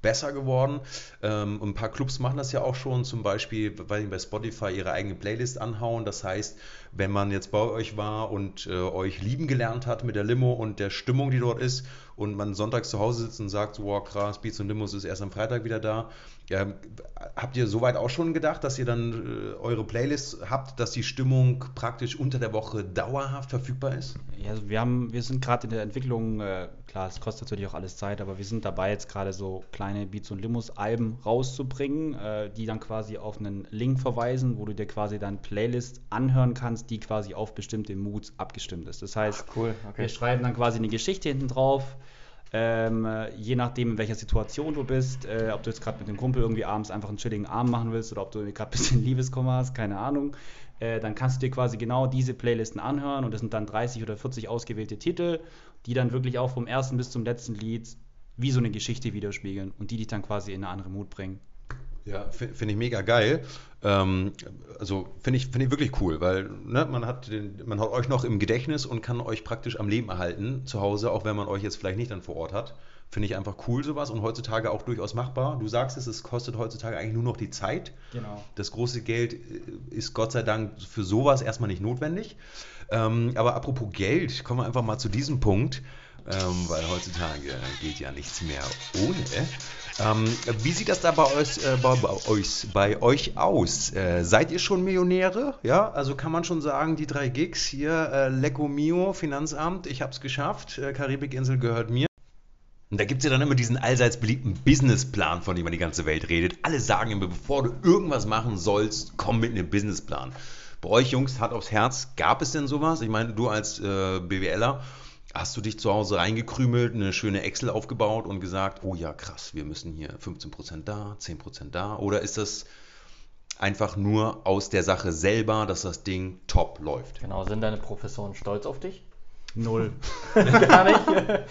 besser geworden. Ähm, ein paar Clubs machen das ja auch schon, zum Beispiel, weil die bei Spotify ihre eigene Playlist anhauen. Das heißt, wenn man jetzt bei euch war und äh, euch lieben gelernt hat mit der Limo und der Stimmung, die dort ist, und man sonntags zu Hause sitzt und sagt, so, wow, krass, Beats und Limos ist erst am Freitag wieder da. Ähm, habt ihr soweit auch schon gedacht, dass ihr dann äh, eure Playlist habt, dass die Stimmung praktisch unter der Woche dauerhaft verfügbar ist? Ja, also wir haben, wir sind gerade in der Entwicklung, äh, klar, es kostet natürlich auch alles Zeit, aber wir sind dabei, jetzt gerade so kleine Beats und Limos Alben rauszubringen, äh, die dann quasi auf einen Link verweisen, wo du dir quasi deine Playlist anhören kannst, die quasi auf bestimmte Moods abgestimmt ist. Das heißt, Ach, cool, okay. wir schreiben dann quasi eine Geschichte hinten drauf, ähm, äh, je nachdem, in welcher Situation du bist, äh, ob du jetzt gerade mit dem Kumpel irgendwie abends einfach einen chilligen Abend machen willst oder ob du gerade ein bisschen Liebeskummer hast, keine Ahnung. Äh, dann kannst du dir quasi genau diese Playlisten anhören und das sind dann dreißig oder vierzig ausgewählte Titel, die dann wirklich auch vom ersten bis zum letzten Lied wie so eine Geschichte widerspiegeln und die dich dann quasi in eine andere Mut bringen. Ja, finde ich mega geil. Ähm, also finde ich, find ich wirklich cool, weil ne, man, hat den, man hat euch noch im Gedächtnis und kann euch praktisch am Leben erhalten zu Hause, auch wenn man euch jetzt vielleicht nicht dann vor Ort hat. Finde ich einfach cool sowas und heutzutage auch durchaus machbar. Du sagst es, es kostet heutzutage eigentlich nur noch die Zeit. Genau. Das große Geld ist Gott sei Dank für sowas erstmal nicht notwendig. Ähm, aber apropos Geld, kommen wir einfach mal zu diesem Punkt, ähm, weil heutzutage geht ja nichts mehr ohne. Ähm, wie sieht das da bei euch, äh, bei, bei euch, bei euch aus? Äh, seid ihr schon Millionäre? Ja, also kann man schon sagen, die drei Gigs hier, äh, Lecco Mio, Finanzamt, ich hab's geschafft, äh, Karibikinsel gehört mir. Und da gibt es ja dann immer diesen allseits beliebten Businessplan, von dem man die ganze Welt redet. Alle sagen immer, bevor du irgendwas machen sollst, komm mit einem Businessplan. Bei euch Jungs, Hand aufs Herz, gab es denn sowas? Ich meine, du als äh, BWLer, hast du dich zu Hause reingekrümelt, eine schöne Excel aufgebaut und gesagt, oh ja, krass, wir müssen hier fünfzehn Prozent da, zehn Prozent da? Oder ist das einfach nur aus der Sache selber, dass das Ding top läuft? Genau, sind deine Professoren stolz auf dich? Null. Gar nicht.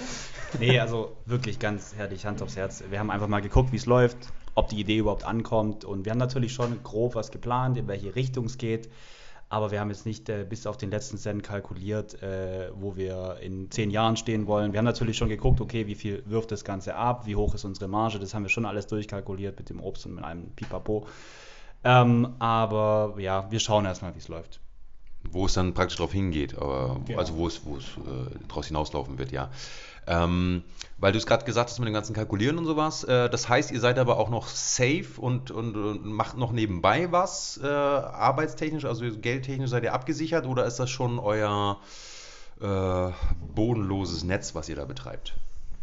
Nee, also wirklich ganz herrlich, Hand aufs Herz. Wir haben einfach mal geguckt, wie es läuft, ob die Idee überhaupt ankommt. Und wir haben natürlich schon grob was geplant, in welche Richtung es geht. Aber wir haben jetzt nicht äh, bis auf den letzten Cent kalkuliert, äh, wo wir in zehn Jahren stehen wollen. Wir haben natürlich schon geguckt, okay, wie viel wirft das Ganze ab, wie hoch ist unsere Marge. Das haben wir schon alles durchkalkuliert mit dem Obst und mit einem Pipapo. Ähm, aber ja, wir schauen erstmal, wie es läuft. Wo es dann praktisch drauf hingeht, aber Genau. also wo es, wo es äh, draus hinauslaufen wird, ja. Ähm, weil du es gerade gesagt hast mit dem ganzen Kalkulieren und sowas, äh, das heißt, ihr seid aber auch noch safe und, und, und macht noch nebenbei was, äh, arbeitstechnisch, also geldtechnisch seid ihr abgesichert oder ist das schon euer äh, bodenloses Netz, was ihr da betreibt?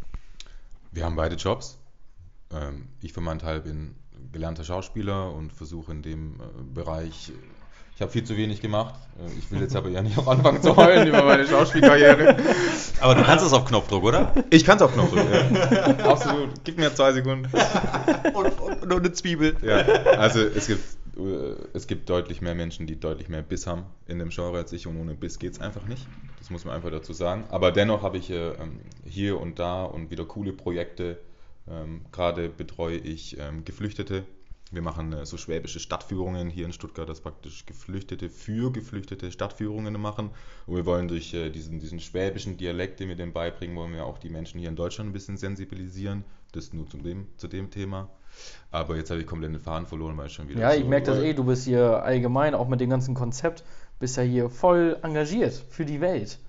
Wir haben beide Jobs. Ähm, ich für meinen Teil bin gelernter Schauspieler und versuche in dem äh, Bereich, ich habe viel zu wenig gemacht. Äh, ich will jetzt aber ja nicht auch anfangen zu heulen über meine Schauspielkarriere. Aber du kannst es auf Knopfdruck, oder? Ich kann es auf Knopfdruck, ja. Absolut. Gib mir zwei Sekunden. und, und, und eine Zwiebel. Ja, also es gibt, äh, es gibt deutlich mehr Menschen, die deutlich mehr Biss haben in dem Genre als ich und ohne Biss geht es einfach nicht. Das muss man einfach dazu sagen. Aber dennoch habe ich äh, hier und da und wieder coole Projekte. Ähm, gerade betreue ich ähm, Geflüchtete. Wir machen äh, so schwäbische Stadtführungen hier in Stuttgart, dass praktisch Geflüchtete für Geflüchtete Stadtführungen machen. Und wir wollen durch äh, diesen, diesen schwäbischen Dialekt, den wir denen beibringen, wollen wir auch die Menschen hier in Deutschland ein bisschen sensibilisieren. Das nur zu dem, zu dem Thema. Aber jetzt habe ich komplett den Faden verloren, weil ich schon wieder... Ja, ich so- merke das eh, du bist hier allgemein, auch mit dem ganzen Konzept, bist ja hier voll engagiert für die Welt.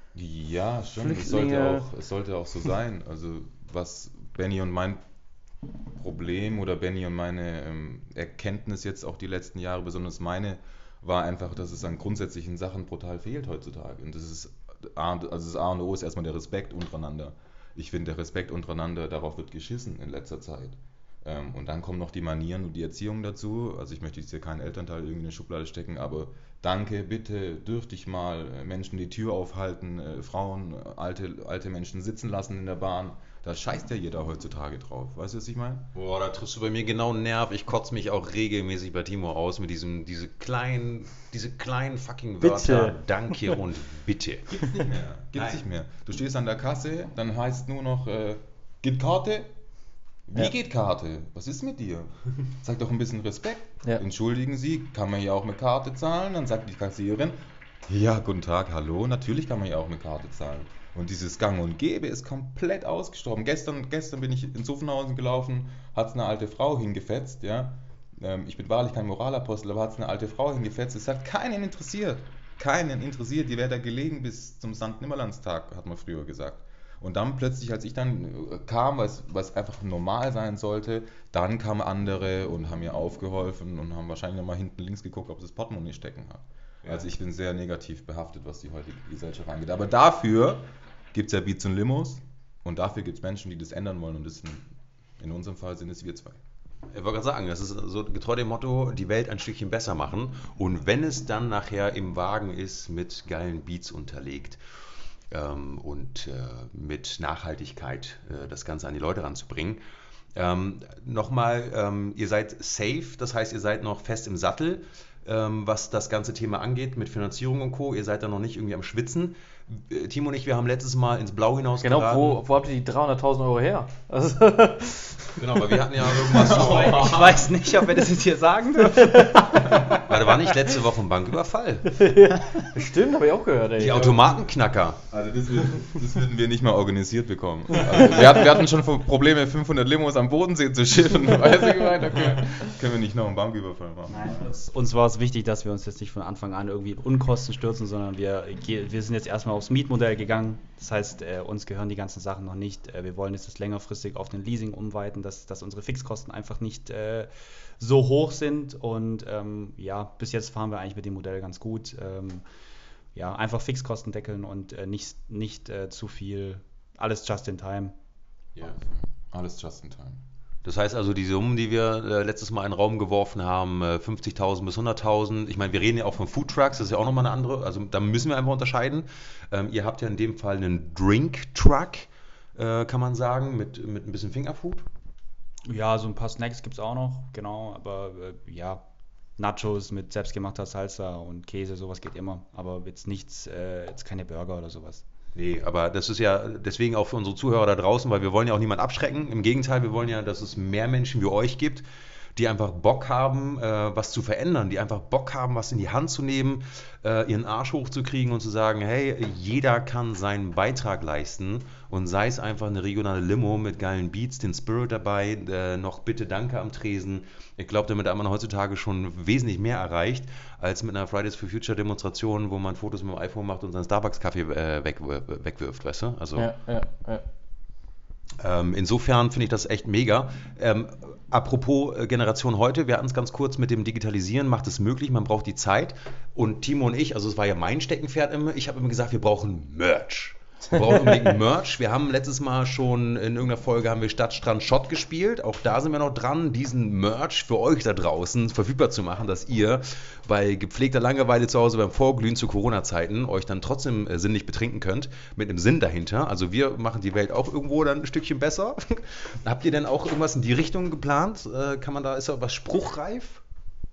Ja, stimmt. Es Flüchtlinge. sollte, auch, es sollte auch so sein. Also was Benny und mein Problem oder Benny und meine ähm, Erkenntnis jetzt auch die letzten Jahre, besonders meine, war einfach, dass es an grundsätzlichen Sachen brutal fehlt heutzutage. Und das ist A, also das A und O ist erstmal der Respekt untereinander. Ich finde, der Respekt untereinander, darauf wird geschissen in letzter Zeit. Ähm, und dann kommen noch die Manieren und die Erziehung dazu. Also ich möchte jetzt hier keinen Elternteil irgendwie in eine Schublade stecken, aber danke, bitte, dürfte ich mal äh, Menschen die Tür aufhalten, äh, Frauen, äh, alte, alte Menschen sitzen lassen in der Bahn. Da scheißt ja jeder heutzutage drauf. Weißt du, was ich meine? Boah, da triffst du bei mir genau einen Nerv. Ich kotze mich auch regelmäßig bei Timo aus mit diesem, diese kleinen, diese kleinen fucking Wörter. Bitte. Danke und bitte. Gibt's nicht mehr. Gibt's Nein. nicht mehr. Du stehst an der Kasse, dann heißt nur noch, äh, geht Karte? Wie Ja. geht Karte? Was ist mit dir? Sag doch ein bisschen Respekt. Ja. Entschuldigen Sie, kann man hier auch mit Karte zahlen? Dann sagt die Kassiererin, ja, guten Tag, hallo, natürlich kann man hier auch mit Karte zahlen. Und dieses Gang und Gäbe ist komplett ausgestorben. Gestern, gestern bin ich in Zuffenhausen gelaufen, hat es eine alte Frau hingefetzt, ja. Ähm, ich bin wahrlich kein Moralapostel, aber hat es eine alte Frau hingefetzt. Es hat keinen interessiert. Keinen interessiert. Die wäre da gelegen bis zum Sankt Nimmerlandstag, hat man früher gesagt. Und dann plötzlich, als ich dann kam, was, was einfach normal sein sollte, dann kamen andere und haben mir aufgeholfen und haben wahrscheinlich nochmal hinten links geguckt, ob das Portemonnaie stecken hat. Ja. Also ich bin sehr negativ behaftet, was die heutige Gesellschaft angeht. Aber dafür gibt es ja Beats und Limos und dafür gibt es Menschen, die das ändern wollen und das sind, in unserem Fall sind es wir zwei. Ich wollte gerade sagen, das ist so getreu dem Motto, die Welt ein Stückchen besser machen und wenn es dann nachher im Wagen ist, mit geilen Beats unterlegt ähm, und äh, mit Nachhaltigkeit äh, das Ganze an die Leute ranzubringen. Ähm, Nochmal, ähm, ihr seid safe, das heißt, ihr seid noch fest im Sattel, ähm, was das ganze Thema angeht mit Finanzierung und Co. Ihr seid da noch nicht irgendwie am Schwitzen. Äh, Timo und ich, wir haben letztes Mal ins Blau hinaus Genau, geraten. wo, wo habt ihr die dreihunderttausend Euro her? Also, Genau, weil wir hatten ja irgendwas so. Ich weiß nicht, ob wir das jetzt hier sagen dürfen. Weil da war nicht letzte Woche ein Banküberfall. Stimmt, habe ich auch gehört. Ey. Die Automatenknacker. Also das, das würden wir nicht mal organisiert bekommen. Also wir, hatten, wir hatten schon Probleme, fünfhundert Limos am Bodensee zu schiffen. Weiß ich gemeint, okay. Können wir nicht noch einen Banküberfall machen. Nein, uns, uns war es wichtig, dass wir uns jetzt nicht von Anfang an irgendwie in Unkosten stürzen, sondern wir, wir sind jetzt erstmal aufs Mietmodell gegangen. Das heißt, äh, uns gehören die ganzen Sachen noch nicht. Äh, wir wollen jetzt das längerfristig auf den Leasing umweiten, dass, dass unsere Fixkosten einfach nicht äh, so hoch sind. Und ähm, ja, bis jetzt fahren wir eigentlich mit dem Modell ganz gut. Ähm, ja, einfach Fixkosten deckeln und äh, nicht, nicht äh, zu viel, alles just in time. Ja, alles just in time. Das heißt also, die Summen, die wir äh, letztes Mal in den Raum geworfen haben, äh, fünfzigtausend bis hunderttausend, ich meine, wir reden ja auch von Foodtrucks, das ist ja auch nochmal eine andere, also da müssen wir einfach unterscheiden. Ähm, ihr habt ja in dem Fall einen Drink-Truck, äh, kann man sagen, mit, mit ein bisschen Fingerfood. Ja, so ein paar Snacks gibt es auch noch, genau, aber äh, ja, Nachos mit selbstgemachter Salsa und Käse, sowas geht immer, aber jetzt nichts, äh, jetzt keine Burger oder sowas. Nee, aber das ist ja deswegen auch für unsere Zuhörer da draußen, weil wir wollen ja auch niemanden abschrecken. Im Gegenteil, wir wollen ja, dass es mehr Menschen wie euch gibt, die einfach Bock haben, äh, was zu verändern, die einfach Bock haben, was in die Hand zu nehmen, äh, ihren Arsch hochzukriegen und zu sagen, hey, jeder kann seinen Beitrag leisten und sei es einfach eine regionale Limo mit geilen Beats, den Spirit dabei, äh, noch bitte Danke am Tresen. Ich glaube, damit hat man heutzutage schon wesentlich mehr erreicht, als mit einer Fridays for Future Demonstration, wo man Fotos mit dem iPhone macht und seinen Starbucks-Kaffee äh, weg, wegwirft, weißt du? Also, Ja, ja, ja. ähm, insofern finde ich das echt mega. Ähm, apropos äh, Generation heute, wir hatten es ganz kurz mit dem Digitalisieren, macht es möglich, man braucht die Zeit. Und Timo und ich, also es war ja mein Steckenpferd immer, ich habe immer gesagt, wir brauchen Merch. Wir brauchen unbedingt Merch. Wir haben letztes Mal schon in irgendeiner Folge haben wir Stadt, Strand, Schott gespielt. Auch da sind wir noch dran, diesen Merch für euch da draußen verfügbar zu machen, dass ihr bei gepflegter Langeweile zu Hause beim Vorglühen zu Corona-Zeiten euch dann trotzdem äh, sinnlich betrinken könnt, mit einem Sinn dahinter. Also wir machen die Welt auch irgendwo dann ein Stückchen besser. Habt ihr denn auch irgendwas in die Richtung geplant? Äh, kann man da, ist da was spruchreif?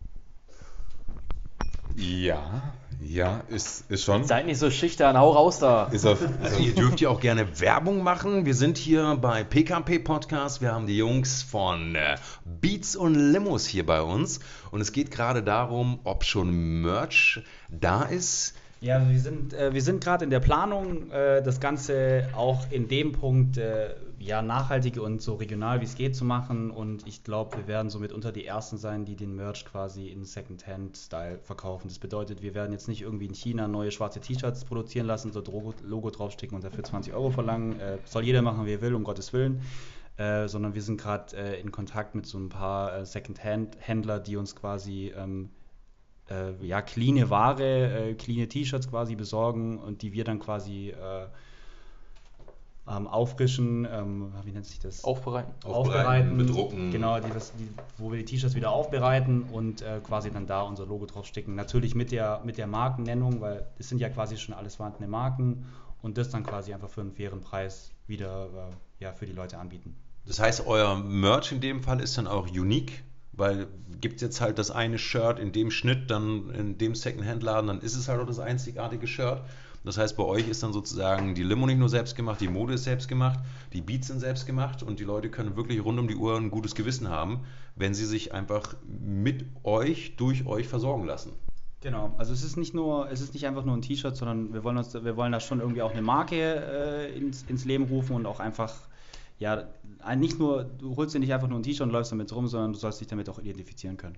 Ja, ja, ist, ist schon. Seid nicht so schüchtern, hau raus da. Ist auf, Also ihr dürft ja auch gerne Werbung machen. Wir sind hier bei P K P Podcast. Wir haben die Jungs von äh, Beats und Limos hier bei uns. Und es geht gerade darum, ob schon Merch da ist. Ja, wir sind, äh, wir sind gerade in der Planung, äh, das Ganze auch in dem Punkt äh, ja, nachhaltig und so regional wie es geht zu machen. Und ich glaube, wir werden somit unter die Ersten sein, die den Merch quasi in Second-Hand-Style verkaufen. Das bedeutet, wir werden jetzt nicht irgendwie in China neue schwarze T-Shirts produzieren lassen, so Logo, Logo draufsticken und dafür zwanzig Euro verlangen. Äh, soll jeder machen, wie er will, um Gottes Willen. Äh, sondern wir sind gerade äh, in Kontakt mit so ein paar äh, Second-Hand-Händler, die uns quasi ähm, äh, ja, cleane Ware, äh, cleane T-Shirts quasi besorgen und die wir dann quasi äh, ähm, auffrischen, ähm, wie nennt sich das? Aufbereiten. Aufbereiten, bedrucken. Genau, die, das, die, wo wir die T-Shirts wieder aufbereiten und äh, quasi dann da unser Logo draufsticken. Natürlich mit der, mit der Markennennung, weil es sind ja quasi schon alles vorhandene Marken und das dann quasi einfach für einen fairen Preis wieder äh, ja, für die Leute anbieten. Das heißt, euer Merch in dem Fall ist dann auch unique, weil gibt es jetzt halt das eine Shirt in dem Schnitt, dann in dem Secondhand-Laden, dann ist es halt auch das einzigartige Shirt. Das heißt, bei euch ist dann sozusagen die Limo nicht nur selbst gemacht, die Mode ist selbst gemacht, die Beats sind selbst gemacht und die Leute können wirklich rund um die Uhr ein gutes Gewissen haben, wenn sie sich einfach mit euch, durch euch versorgen lassen. Genau, also es ist nicht nur, es ist nicht einfach nur ein T-Shirt, sondern wir wollen uns, wir wollen da schon irgendwie auch eine Marke äh, ins, ins Leben rufen und auch einfach, ja, ein- nicht nur, du holst dir nicht einfach nur ein T-Shirt und läufst damit rum, sondern du sollst dich damit auch identifizieren können.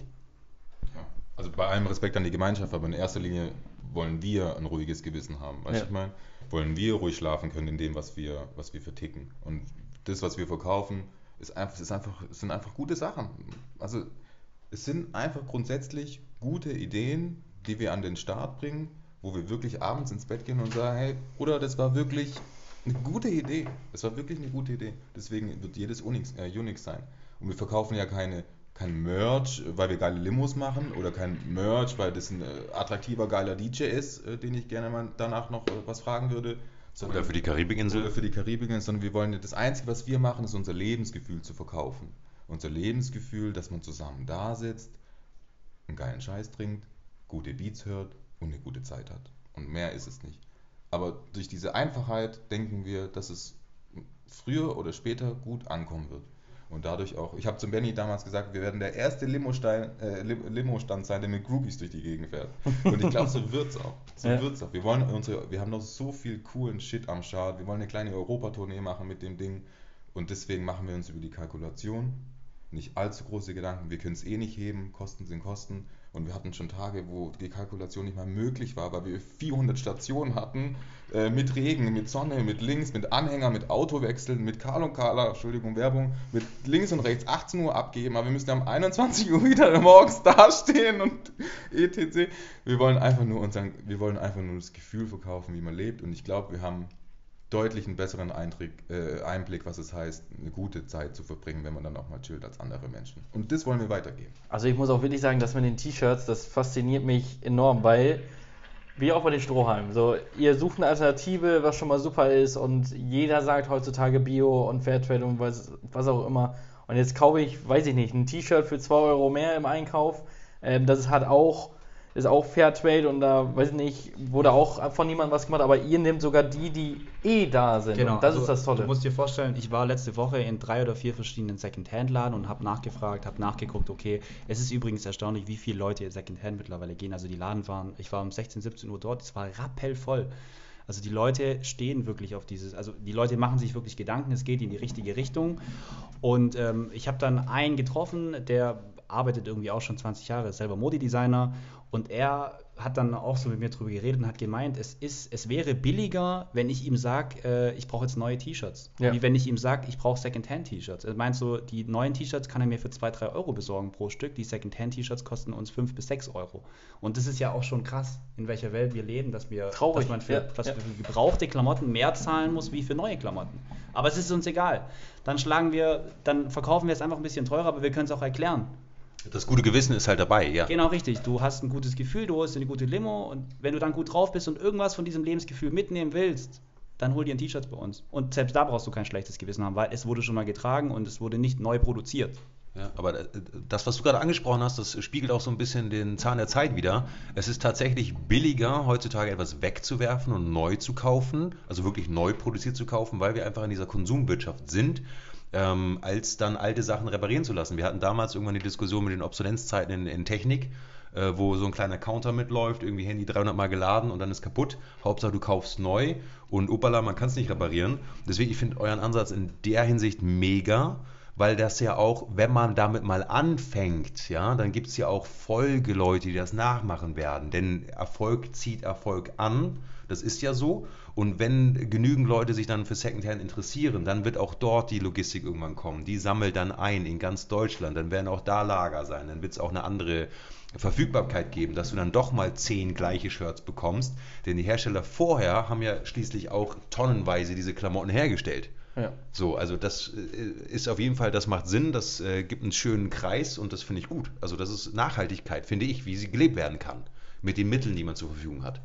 Ja. Also bei allem Respekt an die Gemeinschaft, aber in erster Linie wollen wir ein ruhiges Gewissen haben. Weißt du, Ja. ich meine? Wollen wir ruhig schlafen können in dem, was wir, was wir verticken. Und das, was wir verkaufen, ist einfach, ist einfach, es sind einfach gute Sachen. Also es sind einfach grundsätzlich gute Ideen, die wir an den Start bringen, wo wir wirklich abends ins Bett gehen und sagen, hey, Bruder, das war wirklich eine gute Idee. Das war wirklich eine gute Idee. Deswegen wird jedes Unix, äh, Unix sein. Und wir verkaufen ja keine, kein Merch, weil wir geile Limos machen oder kein Merch, weil das ein äh, attraktiver, geiler D J ist, äh, den ich gerne mal danach noch äh, was fragen würde. Sondern, Oder für die Karibikinsel. oder für die Karibikinsel, sondern wir wollen, das Einzige, was wir machen, ist unser Lebensgefühl zu verkaufen. Unser Lebensgefühl, dass man zusammen da sitzt, einen geilen Scheiß trinkt, gute Beats hört und eine gute Zeit hat. Und mehr ist es nicht. Aber durch diese Einfachheit denken wir, dass es früher oder später gut ankommen wird. Und dadurch auch, ich habe zum Benny damals gesagt, wir werden der erste Limo-Stein- äh, Lim- Limo-Stand sein, der mit Groupies durch die Gegend fährt. Und ich glaube, so wird's auch. So Ja. wird's auch. Wir wollen unsere, wir haben noch so viel coolen Shit am Start. Wir wollen eine kleine Europatournee machen mit dem Ding. Und deswegen machen wir uns über die Kalkulation nicht allzu große Gedanken. Wir können es eh nicht heben, Kosten sind Kosten. Und wir hatten schon Tage, wo die Kalkulation nicht mal möglich war, weil wir vierhundert Stationen hatten, äh, mit Regen, mit Sonne, mit links, mit Anhänger, mit Autowechseln, mit Karl und Carla, Entschuldigung, Werbung, mit links und rechts achtzehn Uhr abgeben, aber wir müssen um einundzwanzig Uhr wieder morgens dastehen und et cetera. Wir wollen einfach nur unseren, wir wollen einfach nur das Gefühl verkaufen, wie man lebt. Und ich glaube, wir haben deutlich einen besseren Eintrick, äh, Einblick, was es heißt, eine gute Zeit zu verbringen, wenn man dann auch mal chillt als andere Menschen. Und das wollen wir weitergeben. Also ich muss auch wirklich sagen, dass mit den T-Shirts, das fasziniert mich enorm, weil, wie auch bei den Strohhalmen, so, ihr sucht eine Alternative, was schon mal super ist und jeder sagt heutzutage Bio und Fairtrade und was, was auch immer. Und jetzt kaufe ich, weiß ich nicht, ein T-Shirt für zwei Euro mehr im Einkauf, ähm, das hat auch, ist auch Fairtrade und da, weiß ich nicht, wurde auch von niemandem was gemacht, aber ihr nehmt sogar die, die eh da sind. Genau, und das also ist das Tolle. Du musst dir vorstellen, ich war letzte Woche in drei oder vier verschiedenen Second-Hand-Laden und habe nachgefragt, habe nachgeguckt, okay, es ist übrigens erstaunlich, wie viele Leute Second-Hand mittlerweile gehen. Also die Laden waren, ich war um sechzehn, siebzehn Uhr dort, es war rappellvoll. Also die Leute stehen wirklich auf dieses, also die Leute machen sich wirklich Gedanken, es geht in die richtige Richtung. Und ähm, ich habe dann einen getroffen, der arbeitet irgendwie auch schon zwanzig Jahre, ist selber Modedesigner und er hat dann auch so mit mir drüber geredet und hat gemeint, es ist, es wäre billiger, wenn ich ihm sage, äh, ich brauche jetzt neue T-Shirts. Ja. Wie wenn ich ihm sage, ich brauche Second-Hand-T-Shirts. Er meint so, die neuen T-Shirts kann er mir für zwei, drei Euro besorgen pro Stück. Die Second-Hand-T-Shirts kosten uns fünf bis sechs Euro. Und das ist ja auch schon krass, in welcher Welt wir leben, dass wir, Traurig, dass man für, ja, was ja. für gebrauchte Klamotten mehr zahlen muss, wie für neue Klamotten. Aber es ist uns egal. Dann schlagen wir, dann verkaufen wir es einfach ein bisschen teurer, aber wir können es auch erklären. Das gute Gewissen ist halt dabei, ja. Genau, richtig. Du hast ein gutes Gefühl, du holst dir eine gute Limo und wenn du dann gut drauf bist und irgendwas von diesem Lebensgefühl mitnehmen willst, dann hol dir ein T-Shirt bei uns. Und selbst da brauchst du kein schlechtes Gewissen haben, weil es wurde schon mal getragen und es wurde nicht neu produziert. Ja, aber das, was du gerade angesprochen hast, das spiegelt auch so ein bisschen den Zahn der Zeit wider. Es ist tatsächlich billiger, heutzutage etwas wegzuwerfen und neu zu kaufen, also wirklich neu produziert zu kaufen, weil wir einfach in dieser Konsumwirtschaft sind, ähm, als dann alte Sachen reparieren zu lassen. Wir hatten damals irgendwann die Diskussion mit den Obsolenzzeiten in, in Technik, äh, wo so ein kleiner Counter mitläuft, irgendwie Handy dreihundert Mal geladen und dann ist kaputt. Hauptsache du kaufst neu und opala, man kann es nicht reparieren. Deswegen, ich finde euren Ansatz in der Hinsicht mega, weil das ja auch, wenn man damit mal anfängt, ja, dann gibt es ja auch Folgeleute, die das nachmachen werden. Denn Erfolg zieht Erfolg an, das ist ja so. Und wenn genügend Leute sich dann für Secondhand interessieren, dann wird auch dort die Logistik irgendwann kommen. Die sammelt dann ein in ganz Deutschland, dann werden auch da Lager sein, dann wird es auch eine andere Verfügbarkeit geben, dass du dann doch mal zehn gleiche Shirts bekommst. Denn die Hersteller vorher haben ja schließlich auch tonnenweise diese Klamotten hergestellt. Ja. So, also das ist auf jeden Fall, das macht Sinn, das äh, gibt einen schönen Kreis und das finde ich gut. Also das ist Nachhaltigkeit, finde ich, wie sie gelebt werden kann, mit den Mitteln, die man zur Verfügung hat.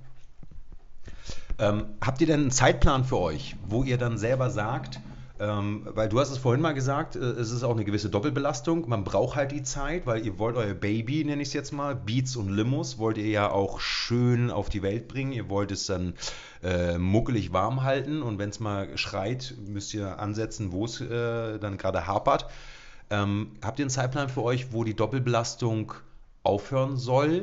Ähm, habt ihr denn einen Zeitplan für euch, wo ihr dann selber sagt, ähm, weil du hast es vorhin mal gesagt, äh, es ist auch eine gewisse Doppelbelastung, man braucht halt die Zeit, weil ihr wollt euer Baby, nenne ich es jetzt mal, Beats und Limos, wollt ihr ja auch schön auf die Welt bringen, ihr wollt es dann äh, muckelig warm halten und wenn es mal schreit, müsst ihr ansetzen, wo es äh, dann gerade hapert. Ähm, habt ihr einen Zeitplan für euch, wo die Doppelbelastung aufhören soll,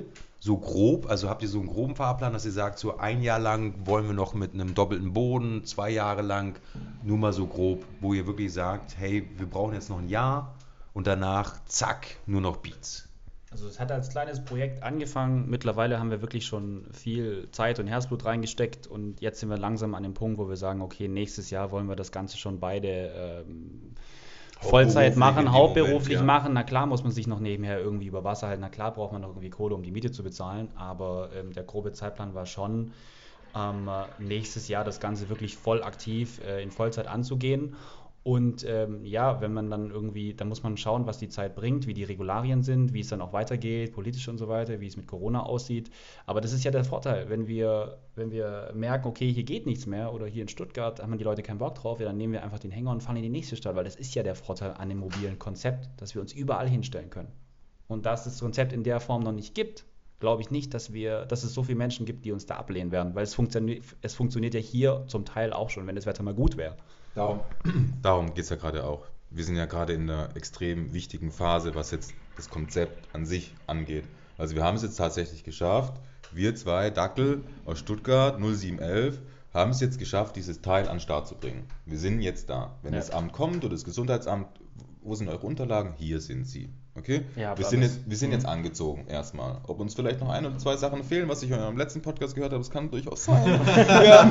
So grob, also habt ihr so einen groben Fahrplan, dass ihr sagt, so ein Jahr lang wollen wir noch mit einem doppelten Boden, zwei Jahre lang, nur mal so grob, wo ihr wirklich sagt, hey, wir brauchen jetzt noch ein Jahr und danach, zack, nur noch Beats. Also es hat als kleines Projekt angefangen. Mittlerweile haben wir wirklich schon viel Zeit und Herzblut reingesteckt und jetzt sind wir langsam an dem Punkt, wo wir sagen, okay, nächstes Jahr wollen wir das Ganze schon beide ähm, Vollzeit machen, hauptberuflich Moment, ja. machen. Na klar muss man sich noch nebenher irgendwie über Wasser halten. Na klar braucht man noch irgendwie Kohle, um die Miete zu bezahlen. Aber ähm, der grobe Zeitplan war schon, ähm, nächstes Jahr das Ganze wirklich voll aktiv äh, in Vollzeit anzugehen. Und ähm, ja, wenn man dann irgendwie, dann muss man schauen, was die Zeit bringt, wie die Regularien sind, wie es dann auch weitergeht, politisch und so weiter, wie es mit Corona aussieht. Aber das ist ja der Vorteil, wenn wir, wenn wir merken, okay, hier geht nichts mehr oder hier in Stuttgart haben die Leute keinen Bock drauf, ja, dann nehmen wir einfach den Hänger und fahren in die nächste Stadt, weil das ist ja der Vorteil an dem mobilen Konzept, dass wir uns überall hinstellen können. Und da es das Konzept in der Form noch nicht gibt, glaube ich nicht, dass wir, dass es so viele Menschen gibt, die uns da ablehnen werden, weil es funktioniert, es funktioniert ja hier zum Teil auch schon, wenn das Wetter mal gut wäre. Darum, darum geht es ja gerade auch. Wir sind ja gerade in einer extrem wichtigen Phase, was jetzt das Konzept an sich angeht. Also wir haben es jetzt tatsächlich geschafft, wir zwei Dackel aus Stuttgart null sieben elf haben es jetzt geschafft, dieses Teil an den Start zu bringen. Wir sind jetzt da. Wenn Ja. das Amt kommt oder das Gesundheitsamt, wo sind eure Unterlagen? Hier sind sie. Okay? Ja, aber wir sind, das- jetzt, wir sind jetzt angezogen erstmal. Ob uns vielleicht noch ein oder zwei Sachen fehlen, was ich in eurem letzten Podcast gehört habe, das kann durchaus sein. Ja.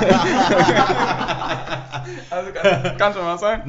Also kann, kann schon mal sein.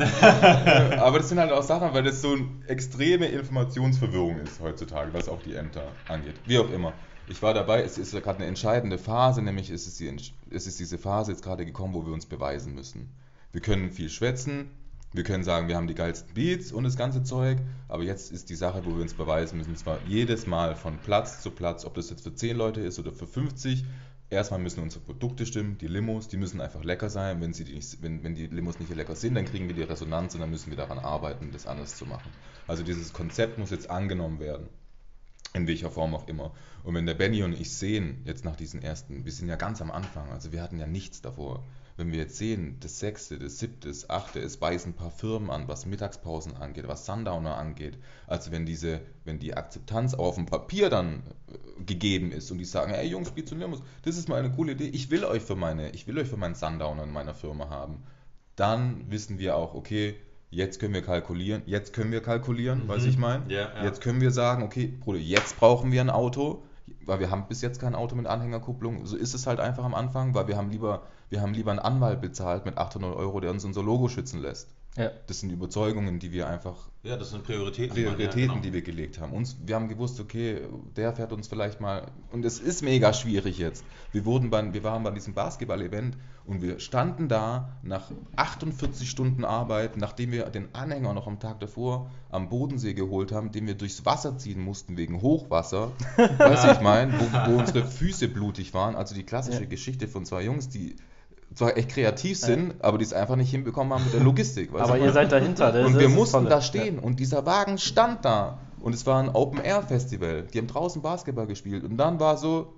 Aber das sind halt auch Sachen, weil das so eine extreme Informationsverwirrung ist heutzutage, was auch die Ämter angeht. Wie auch immer. Ich war dabei, es ist ja gerade eine entscheidende Phase, nämlich ist es, die, es ist diese Phase jetzt gerade gekommen, wo wir uns beweisen müssen. Wir können viel schwätzen, wir können sagen, wir haben die geilsten Beats und das ganze Zeug, aber jetzt ist die Sache, wo wir uns beweisen müssen, zwar jedes Mal von Platz zu Platz, ob das jetzt für zehn Leute ist oder für fünfzig. Erstmal müssen unsere Produkte stimmen, die Limos, die müssen einfach lecker sein. Wenn, sie die nicht, wenn, wenn die Limos nicht lecker sind, dann kriegen wir die Resonanz und dann müssen wir daran arbeiten, das anders zu machen. Also dieses Konzept muss jetzt angenommen werden, in welcher Form auch immer. Und wenn der Benny und ich sehen, jetzt nach diesen ersten, wir sind ja ganz am Anfang, also wir hatten ja nichts davor. Wenn wir jetzt sehen, das sechste, das siebte, das achte, es beißen ein paar Firmen an, was Mittagspausen angeht, was Sundowner angeht. Also wenn diese, wenn die Akzeptanz auch auf dem Papier dann äh, gegeben ist und die sagen, ey Jungs, Beats und Limos, das ist mal eine coole Idee, ich will euch für meine, ich will euch für meinen Sundowner in meiner Firma haben, dann wissen wir auch, okay, jetzt können wir kalkulieren, jetzt können wir kalkulieren, mhm. weiß ich mein. Ja, ja. Jetzt können wir sagen, okay, Bruder, jetzt brauchen wir ein Auto, weil wir haben bis jetzt kein Auto mit Anhängerkupplung. So ist es halt einfach am Anfang, weil wir haben lieber, wir haben lieber einen Anwalt bezahlt mit achthundert Euro, der uns unser Logo schützen lässt. Ja. Das sind Überzeugungen, die wir einfach, Ja, das sind Prioritäten. Prioritäten, ja, genau. die wir gelegt haben. Uns, wir haben gewusst, okay, der fährt uns vielleicht mal, und es ist mega schwierig jetzt. Wir wurden bei, wir waren bei diesem Basketball-Event und wir standen da nach achtundvierzig Stunden Arbeit, nachdem wir den Anhänger noch am Tag davor am Bodensee geholt haben, den wir durchs Wasser ziehen mussten wegen Hochwasser, weißt du, ich meine, wo, wo unsere Füße blutig waren. Also die klassische Ja. Geschichte von zwei Jungs, die zwar echt kreativ sind, aber die es einfach nicht hinbekommen haben mit der Logistik. weißt Aber du? ihr seid dahinter. Das Und ist wir das mussten Tolle. da stehen und dieser Wagen stand da und es war ein Open-Air-Festival. Die haben draußen Basketball gespielt und dann war so,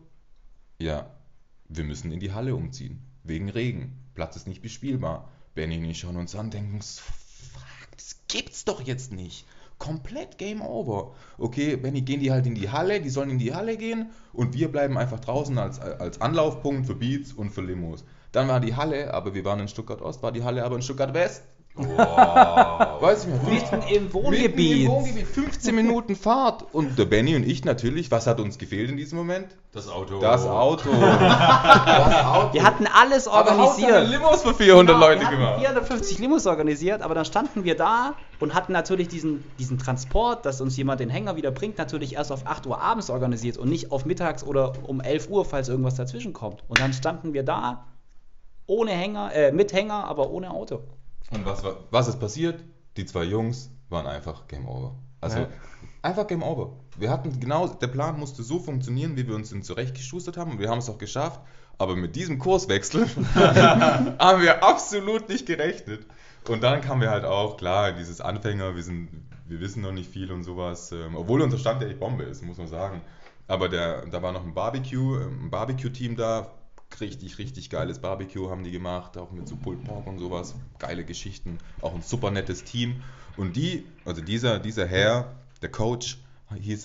ja, wir müssen in die Halle umziehen, wegen Regen. Platz ist nicht bespielbar. Benny und ich schauen uns an, denken, fuck, das gibt's doch jetzt nicht. Komplett Game Over. Okay, Benny, gehen die halt in die Halle, die sollen in die Halle gehen und wir bleiben einfach draußen als, als Anlaufpunkt für Beats und für Limos. Dann war die Halle, aber wir waren in Stuttgart Ost, war die Halle aber in Stuttgart West. Wow. Weiß ich nicht. Mitten im Mitten Wohngebiet. im Wohngebiet, fünfzehn Minuten Fahrt. Und der Benny und ich natürlich, was hat uns gefehlt in diesem Moment? Das Auto. Das Auto. Das Auto. Wir hatten alles aber organisiert. Hauptsache Limos für vierhundert Genau, Leute wir hatten gemacht. vierhundertfünfzig Limos organisiert, aber dann standen wir da und hatten natürlich diesen, diesen Transport, dass uns jemand den Hänger wieder bringt, natürlich erst auf acht Uhr abends organisiert und nicht auf mittags oder um elf Uhr, falls irgendwas dazwischen kommt. Und dann standen wir da ohne Hänger, äh, mit Hänger, aber ohne Auto. Und was, war, was ist passiert? Die zwei Jungs waren einfach Game Over. Also Ja. einfach Game Over. Wir hatten genau, der Plan musste so funktionieren, wie wir uns den zurechtgeschustert haben und wir haben es auch geschafft. Aber mit diesem Kurswechsel haben wir absolut nicht gerechnet. Und dann kamen wir halt auch, klar, dieses Anfänger, wir, sind, wir wissen noch nicht viel und sowas. Ähm, obwohl unser Stand ja echt Bombe ist, muss man sagen. Aber der, da war noch ein Barbecue, ein Barbecue-Team da. Richtig, richtig geiles Barbecue haben die gemacht, auch mit so Pulled Pork und sowas. Geile Geschichten, auch ein super nettes Team. Und die, also dieser, dieser Herr, der Coach hieß er,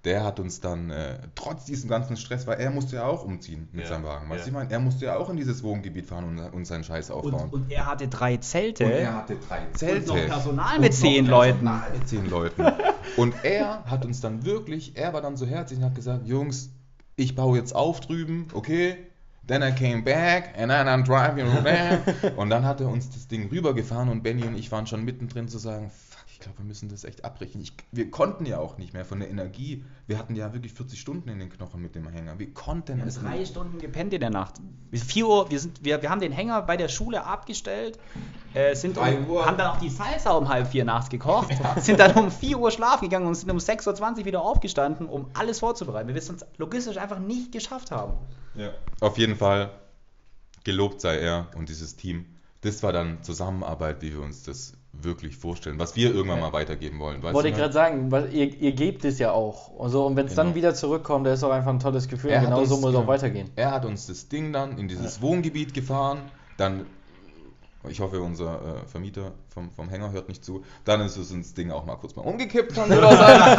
der hat uns dann, äh, trotz diesem ganzen Stress, weil er musste ja auch umziehen mit Ja, seinem Wagen. Weißt ja. du, ich meine, er musste ja auch in dieses Wohngebiet fahren und, und seinen Scheiß aufbauen. Und, und er hatte drei Zelte. Und er hatte drei Zelte. Und noch Personal Und mit noch zehn Leuten. Personal mit zehn Leuten. Und er hat uns dann wirklich, er war dann so herzlich und hat gesagt, Jungs, ich baue jetzt auf drüben, okay? Then I came back and then I'm driving back. Und dann hat er uns das Ding rübergefahren und Benny und ich waren schon mittendrin zu sagen, fuck, ich glaube, wir müssen das echt abbrechen. Ich, wir konnten ja auch nicht mehr von der Energie. Wir hatten ja wirklich vierzig Stunden in den Knochen mit dem Hänger. Wir konnten Wir es haben drei nicht. Stunden gepennt in der Nacht. Bis vier Uhr, wir, sind, wir, wir haben den Hänger bei der Schule abgestellt, äh, sind drei um, Uhr. haben dann auch die Salsa um halb vier nachts gekocht, sind dann um vier Uhr schlafen gegangen und sind um sechs Uhr zwanzig wieder aufgestanden, um alles vorzubereiten. Wir wissen es logistisch einfach nicht geschafft haben. Ja. Auf jeden Fall, gelobt sei er und dieses Team. Das war dann Zusammenarbeit, wie wir uns das wirklich vorstellen, was wir irgendwann mal weitergeben wollen. Weißt Wollte du ich noch? gerade sagen, weil ihr, ihr gebt es ja auch. Und, so, und wenn es Genau. dann wieder zurückkommt, das ist auch einfach ein tolles Gefühl. Er Und hat genau uns- so muss es auch genau. weitergehen. Er hat uns das Ding dann in dieses Wohngebiet gefahren, dann, ich hoffe, unser äh, Vermieter vom, vom Hänger hört nicht zu, dann ist es uns das Ding auch mal kurz mal umgekippt von der Seite.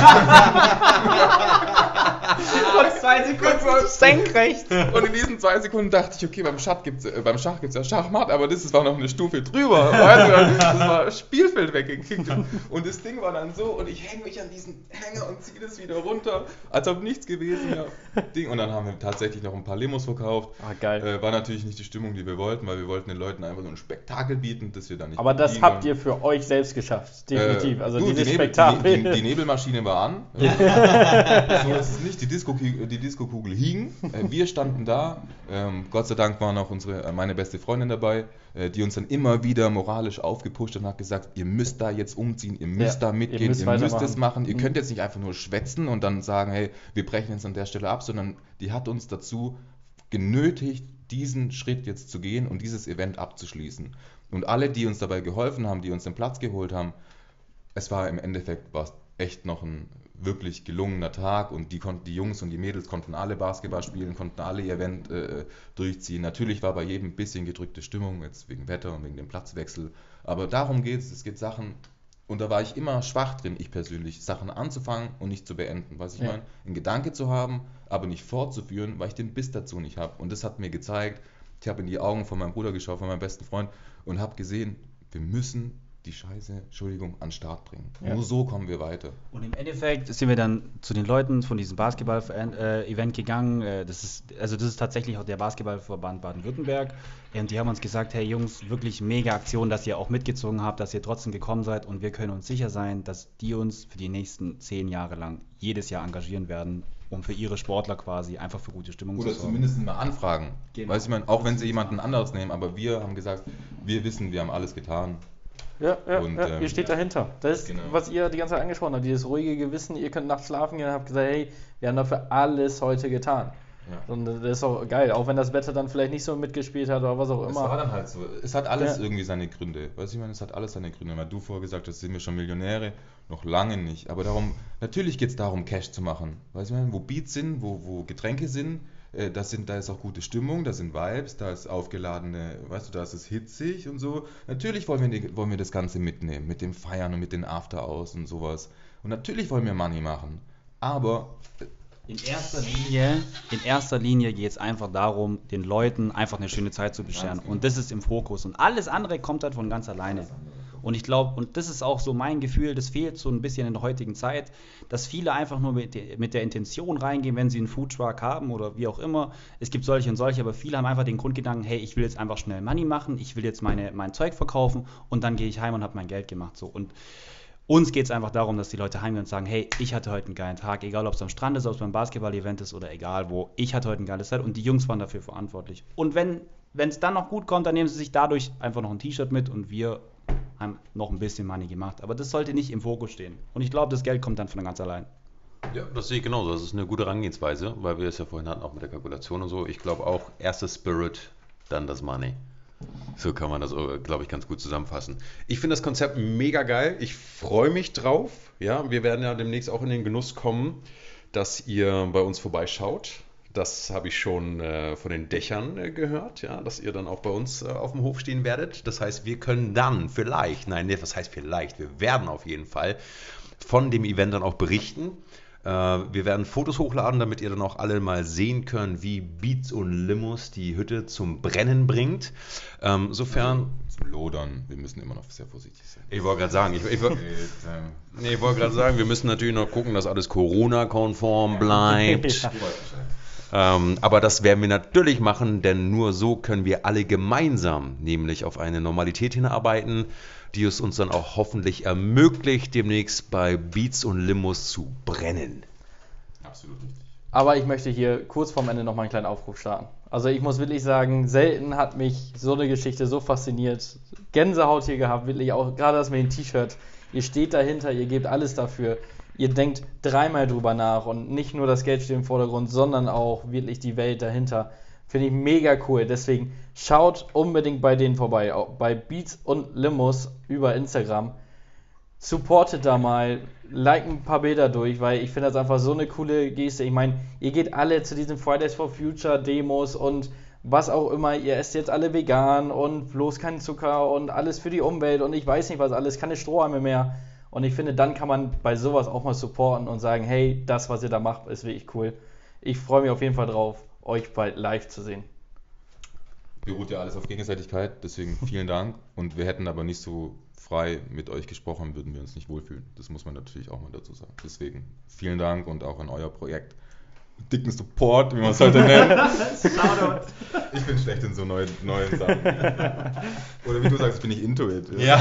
Zwei Sekunden senkrecht. Und in diesen zwei Sekunden dachte ich, okay, beim Schach gibt's, äh, beim Schach gibt es ja Schachmatt, aber das ist- war noch eine Stufe drüber. Weißt du, das war Spielfeld weggekickt. Und das Ding war dann so und ich hänge mich an diesen Hänger und ziehe das wieder runter, als ob nichts gewesen wäre. Ding. Und dann haben wir tatsächlich noch ein paar Limos verkauft. Ah, geil. Äh, war natürlich nicht die Stimmung, die wir wollten, weil wir wollten den Leuten einfach nur ein Spektakel bieten, das wir dann nicht Aber das bedienen habt können. ihr für euch selbst geschafft. Definitiv. Äh, also du, dieses die Nebel, Spektakel. Die, die, die Nebelmaschine war an. so ist es nicht. Die Disco-Kugel die Disco-Kugel hing. Äh, wir standen da. Ähm, Gott sei Dank war noch unsere, äh, meine beste Freundin dabei, äh, die uns dann immer wieder moralisch aufgepusht und hat gesagt, ihr müsst da jetzt umziehen, ihr müsst Ja, da mitgehen, ihr müsst ihr müsst weitermachen. es machen. Ihr Mhm. könnt jetzt nicht einfach nur schwätzen und dann sagen, hey, wir brechen jetzt an der Stelle ab, sondern die hat uns dazu genötigt, diesen Schritt jetzt zu gehen und dieses Event abzuschließen. Und alle, die uns dabei geholfen haben, die uns den Platz geholt haben, es war im Endeffekt war es echt noch ein wirklich gelungener Tag und die konnten die Jungs und die Mädels konnten alle Basketball spielen, konnten alle ihr Event äh, durchziehen. Natürlich war bei jedem ein bisschen gedrückte Stimmung, jetzt wegen Wetter und wegen dem Platzwechsel, aber darum geht es, es geht Sachen, und da war ich immer schwach drin, ich persönlich, Sachen anzufangen und nicht zu beenden, was ich Ja. meine, einen Gedanke zu haben, aber nicht fortzuführen, weil ich den Biss dazu nicht habe. Und das hat mir gezeigt, ich habe in die Augen von meinem Bruder geschaut, von meinem besten Freund und habe gesehen, wir müssen die Scheiße, Entschuldigung, an den Start bringen. Ja. Nur so kommen wir weiter. Und im Endeffekt sind wir dann zu den Leuten von diesem Basketball-Event gegangen. Äh, Das ist, also das ist tatsächlich auch der Basketballverband Baden-Württemberg. Und die haben uns gesagt, hey Jungs, wirklich mega Aktion, dass ihr auch mitgezogen habt, dass ihr trotzdem gekommen seid. Und wir können uns sicher sein, dass die uns für die nächsten zehn Jahre lang jedes Jahr engagieren werden, um für ihre Sportler quasi einfach für gute Stimmung Oder zu sorgen. zumindest mal anfragen. Genau. Weißt du, ich meine, auch wenn sie jemanden anderes nehmen, aber wir haben gesagt, wir wissen, wir haben alles getan. Ja, ja, Und, ja ähm, ihr steht dahinter. Das ist, genau. was ihr die ganze Zeit angesprochen habt, dieses ruhige Gewissen, ihr könnt nachts schlafen gehen und habt gesagt, hey, wir haben dafür alles heute getan. Ja. Und das ist auch geil, auch wenn das Wetter dann vielleicht nicht so mitgespielt hat oder was auch Es war immer. dann halt so. Es hat alles Ja. irgendwie seine Gründe. Weißt du, ich meine, es hat alles seine Gründe. Weil du vorher gesagt hast, sind wir schon Millionäre, noch lange nicht. Aber darum, natürlich geht es darum, Cash zu machen. Weißt du, ich meine, wo Beats sind, wo, wo Getränke sind, äh, das sind, da ist auch gute Stimmung, da sind Vibes, da ist aufgeladene, weißt du, da ist es hitzig und so. Natürlich wollen wir, die, wollen wir das Ganze mitnehmen, mit dem Feiern und mit den After-Hours und sowas. Und natürlich wollen wir Money machen. Aber äh, In erster Linie, in erster Linie geht es einfach darum, den Leuten einfach eine schöne Zeit zu bescheren. Und das ist im Fokus. Und alles andere kommt halt von ganz alleine. Und ich glaube, und das ist auch so mein Gefühl, das fehlt so ein bisschen in der heutigen Zeit, dass viele einfach nur mit, de, mit der Intention reingehen, wenn sie einen Foodtruck haben oder wie auch immer. Es gibt solche und solche, aber viele haben einfach den Grundgedanken, hey, ich will jetzt einfach schnell Money machen, ich will jetzt meine, mein Zeug verkaufen und dann gehe ich heim und habe mein Geld gemacht. So. Und uns geht es einfach darum, dass die Leute heimgehen und sagen, hey, ich hatte heute einen geilen Tag, egal ob es am Strand ist, ob es beim Basketball-Event ist oder egal wo, ich hatte heute ein geiles Zeit und die Jungs waren dafür verantwortlich. Und wenn es dann noch gut kommt, dann nehmen sie sich dadurch einfach noch ein T-Shirt mit und wir haben noch ein bisschen Money gemacht. Aber das sollte nicht im Fokus stehen. Und ich glaube, das Geld kommt dann von ganz allein. Ja, das sehe ich genauso. Das ist eine gute Herangehensweise, weil wir es ja vorhin hatten, auch mit der Kalkulation und so. Ich glaube auch, erstes Spirit, dann das Money. So kann man das, glaube ich, ganz gut zusammenfassen. Ich finde das Konzept mega geil. Ich freue mich drauf. Ja, wir werden ja demnächst auch in den Genuss kommen, dass ihr bei uns vorbeischaut. Das habe ich schon äh, von den Dächern äh, gehört, ja, dass ihr dann auch bei uns äh, auf dem Hof stehen werdet. Das heißt, wir können dann vielleicht, nein, nee, was heißt vielleicht, wir werden auf jeden Fall von dem Event dann auch berichten. Äh, wir werden Fotos hochladen, damit ihr dann auch alle mal sehen könnt, wie Beats und Limos die Hütte zum Brennen bringt. Ähm, sofern... Zum Lodern, wir müssen immer noch sehr vorsichtig sein. Ich wollte gerade sagen, ich, ich, wollt- nee, ich wollte gerade sagen, wir müssen natürlich noch gucken, dass alles Corona-konform bleibt. Ähm, aber das werden wir natürlich machen, denn nur so können wir alle gemeinsam nämlich auf eine Normalität hinarbeiten, die es uns dann auch hoffentlich ermöglicht, demnächst bei Beats und Limos zu brennen. Absolut richtig. Aber ich möchte hier kurz vorm Ende nochmal einen kleinen Aufruf starten. Also ich muss wirklich sagen, selten hat mich so eine Geschichte so fasziniert. Gänsehaut hier gehabt, wirklich auch gerade das mit dem T-Shirt. Ihr steht dahinter, ihr gebt alles dafür. Ihr denkt dreimal drüber nach und nicht nur das Geld steht im Vordergrund, sondern auch wirklich die Welt dahinter. Finde ich mega cool. Deswegen schaut unbedingt bei denen vorbei, auch bei Beats und Limos über Instagram. Supportet da mal, like ein paar Bilder durch, weil ich finde das einfach so eine coole Geste. Ich meine, ihr geht alle zu diesen Fridays for Future Demos und was auch immer, ihr esst jetzt alle vegan und bloß kein Zucker und alles für die Umwelt und ich weiß nicht was alles, keine Strohhalme mehr. Und ich finde, dann kann man bei sowas auch mal supporten und sagen, hey, das, was ihr da macht, ist wirklich cool. Ich freue mich auf jeden Fall drauf, euch bald live zu sehen. Beruht ja alles auf Gegenseitigkeit, deswegen vielen Dank. Und wir hätten aber nicht so frei mit euch gesprochen, würden wir uns nicht wohlfühlen. Das muss man natürlich auch mal dazu sagen. Deswegen vielen Dank und auch an euer Projekt. Dicken Support, wie man es heute nennt. Ich bin schlecht in so neuen, neuen Sachen. Oder wie du sagst, bin ich into it. Ja.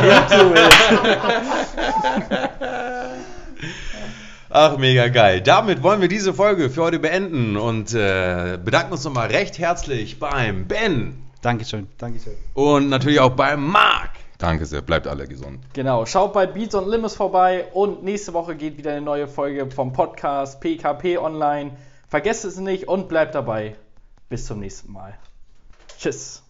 Ach, mega geil. Damit wollen wir diese Folge für heute beenden und äh, bedanken uns nochmal recht herzlich beim Ben. Dankeschön, Dankeschön. Und natürlich auch beim Marc. Danke sehr, bleibt alle gesund. Genau, schaut bei Beats und Limos vorbei und nächste Woche geht wieder eine neue Folge vom Podcast P K P online. Vergesst es nicht und bleibt dabei. Bis zum nächsten Mal. Tschüss.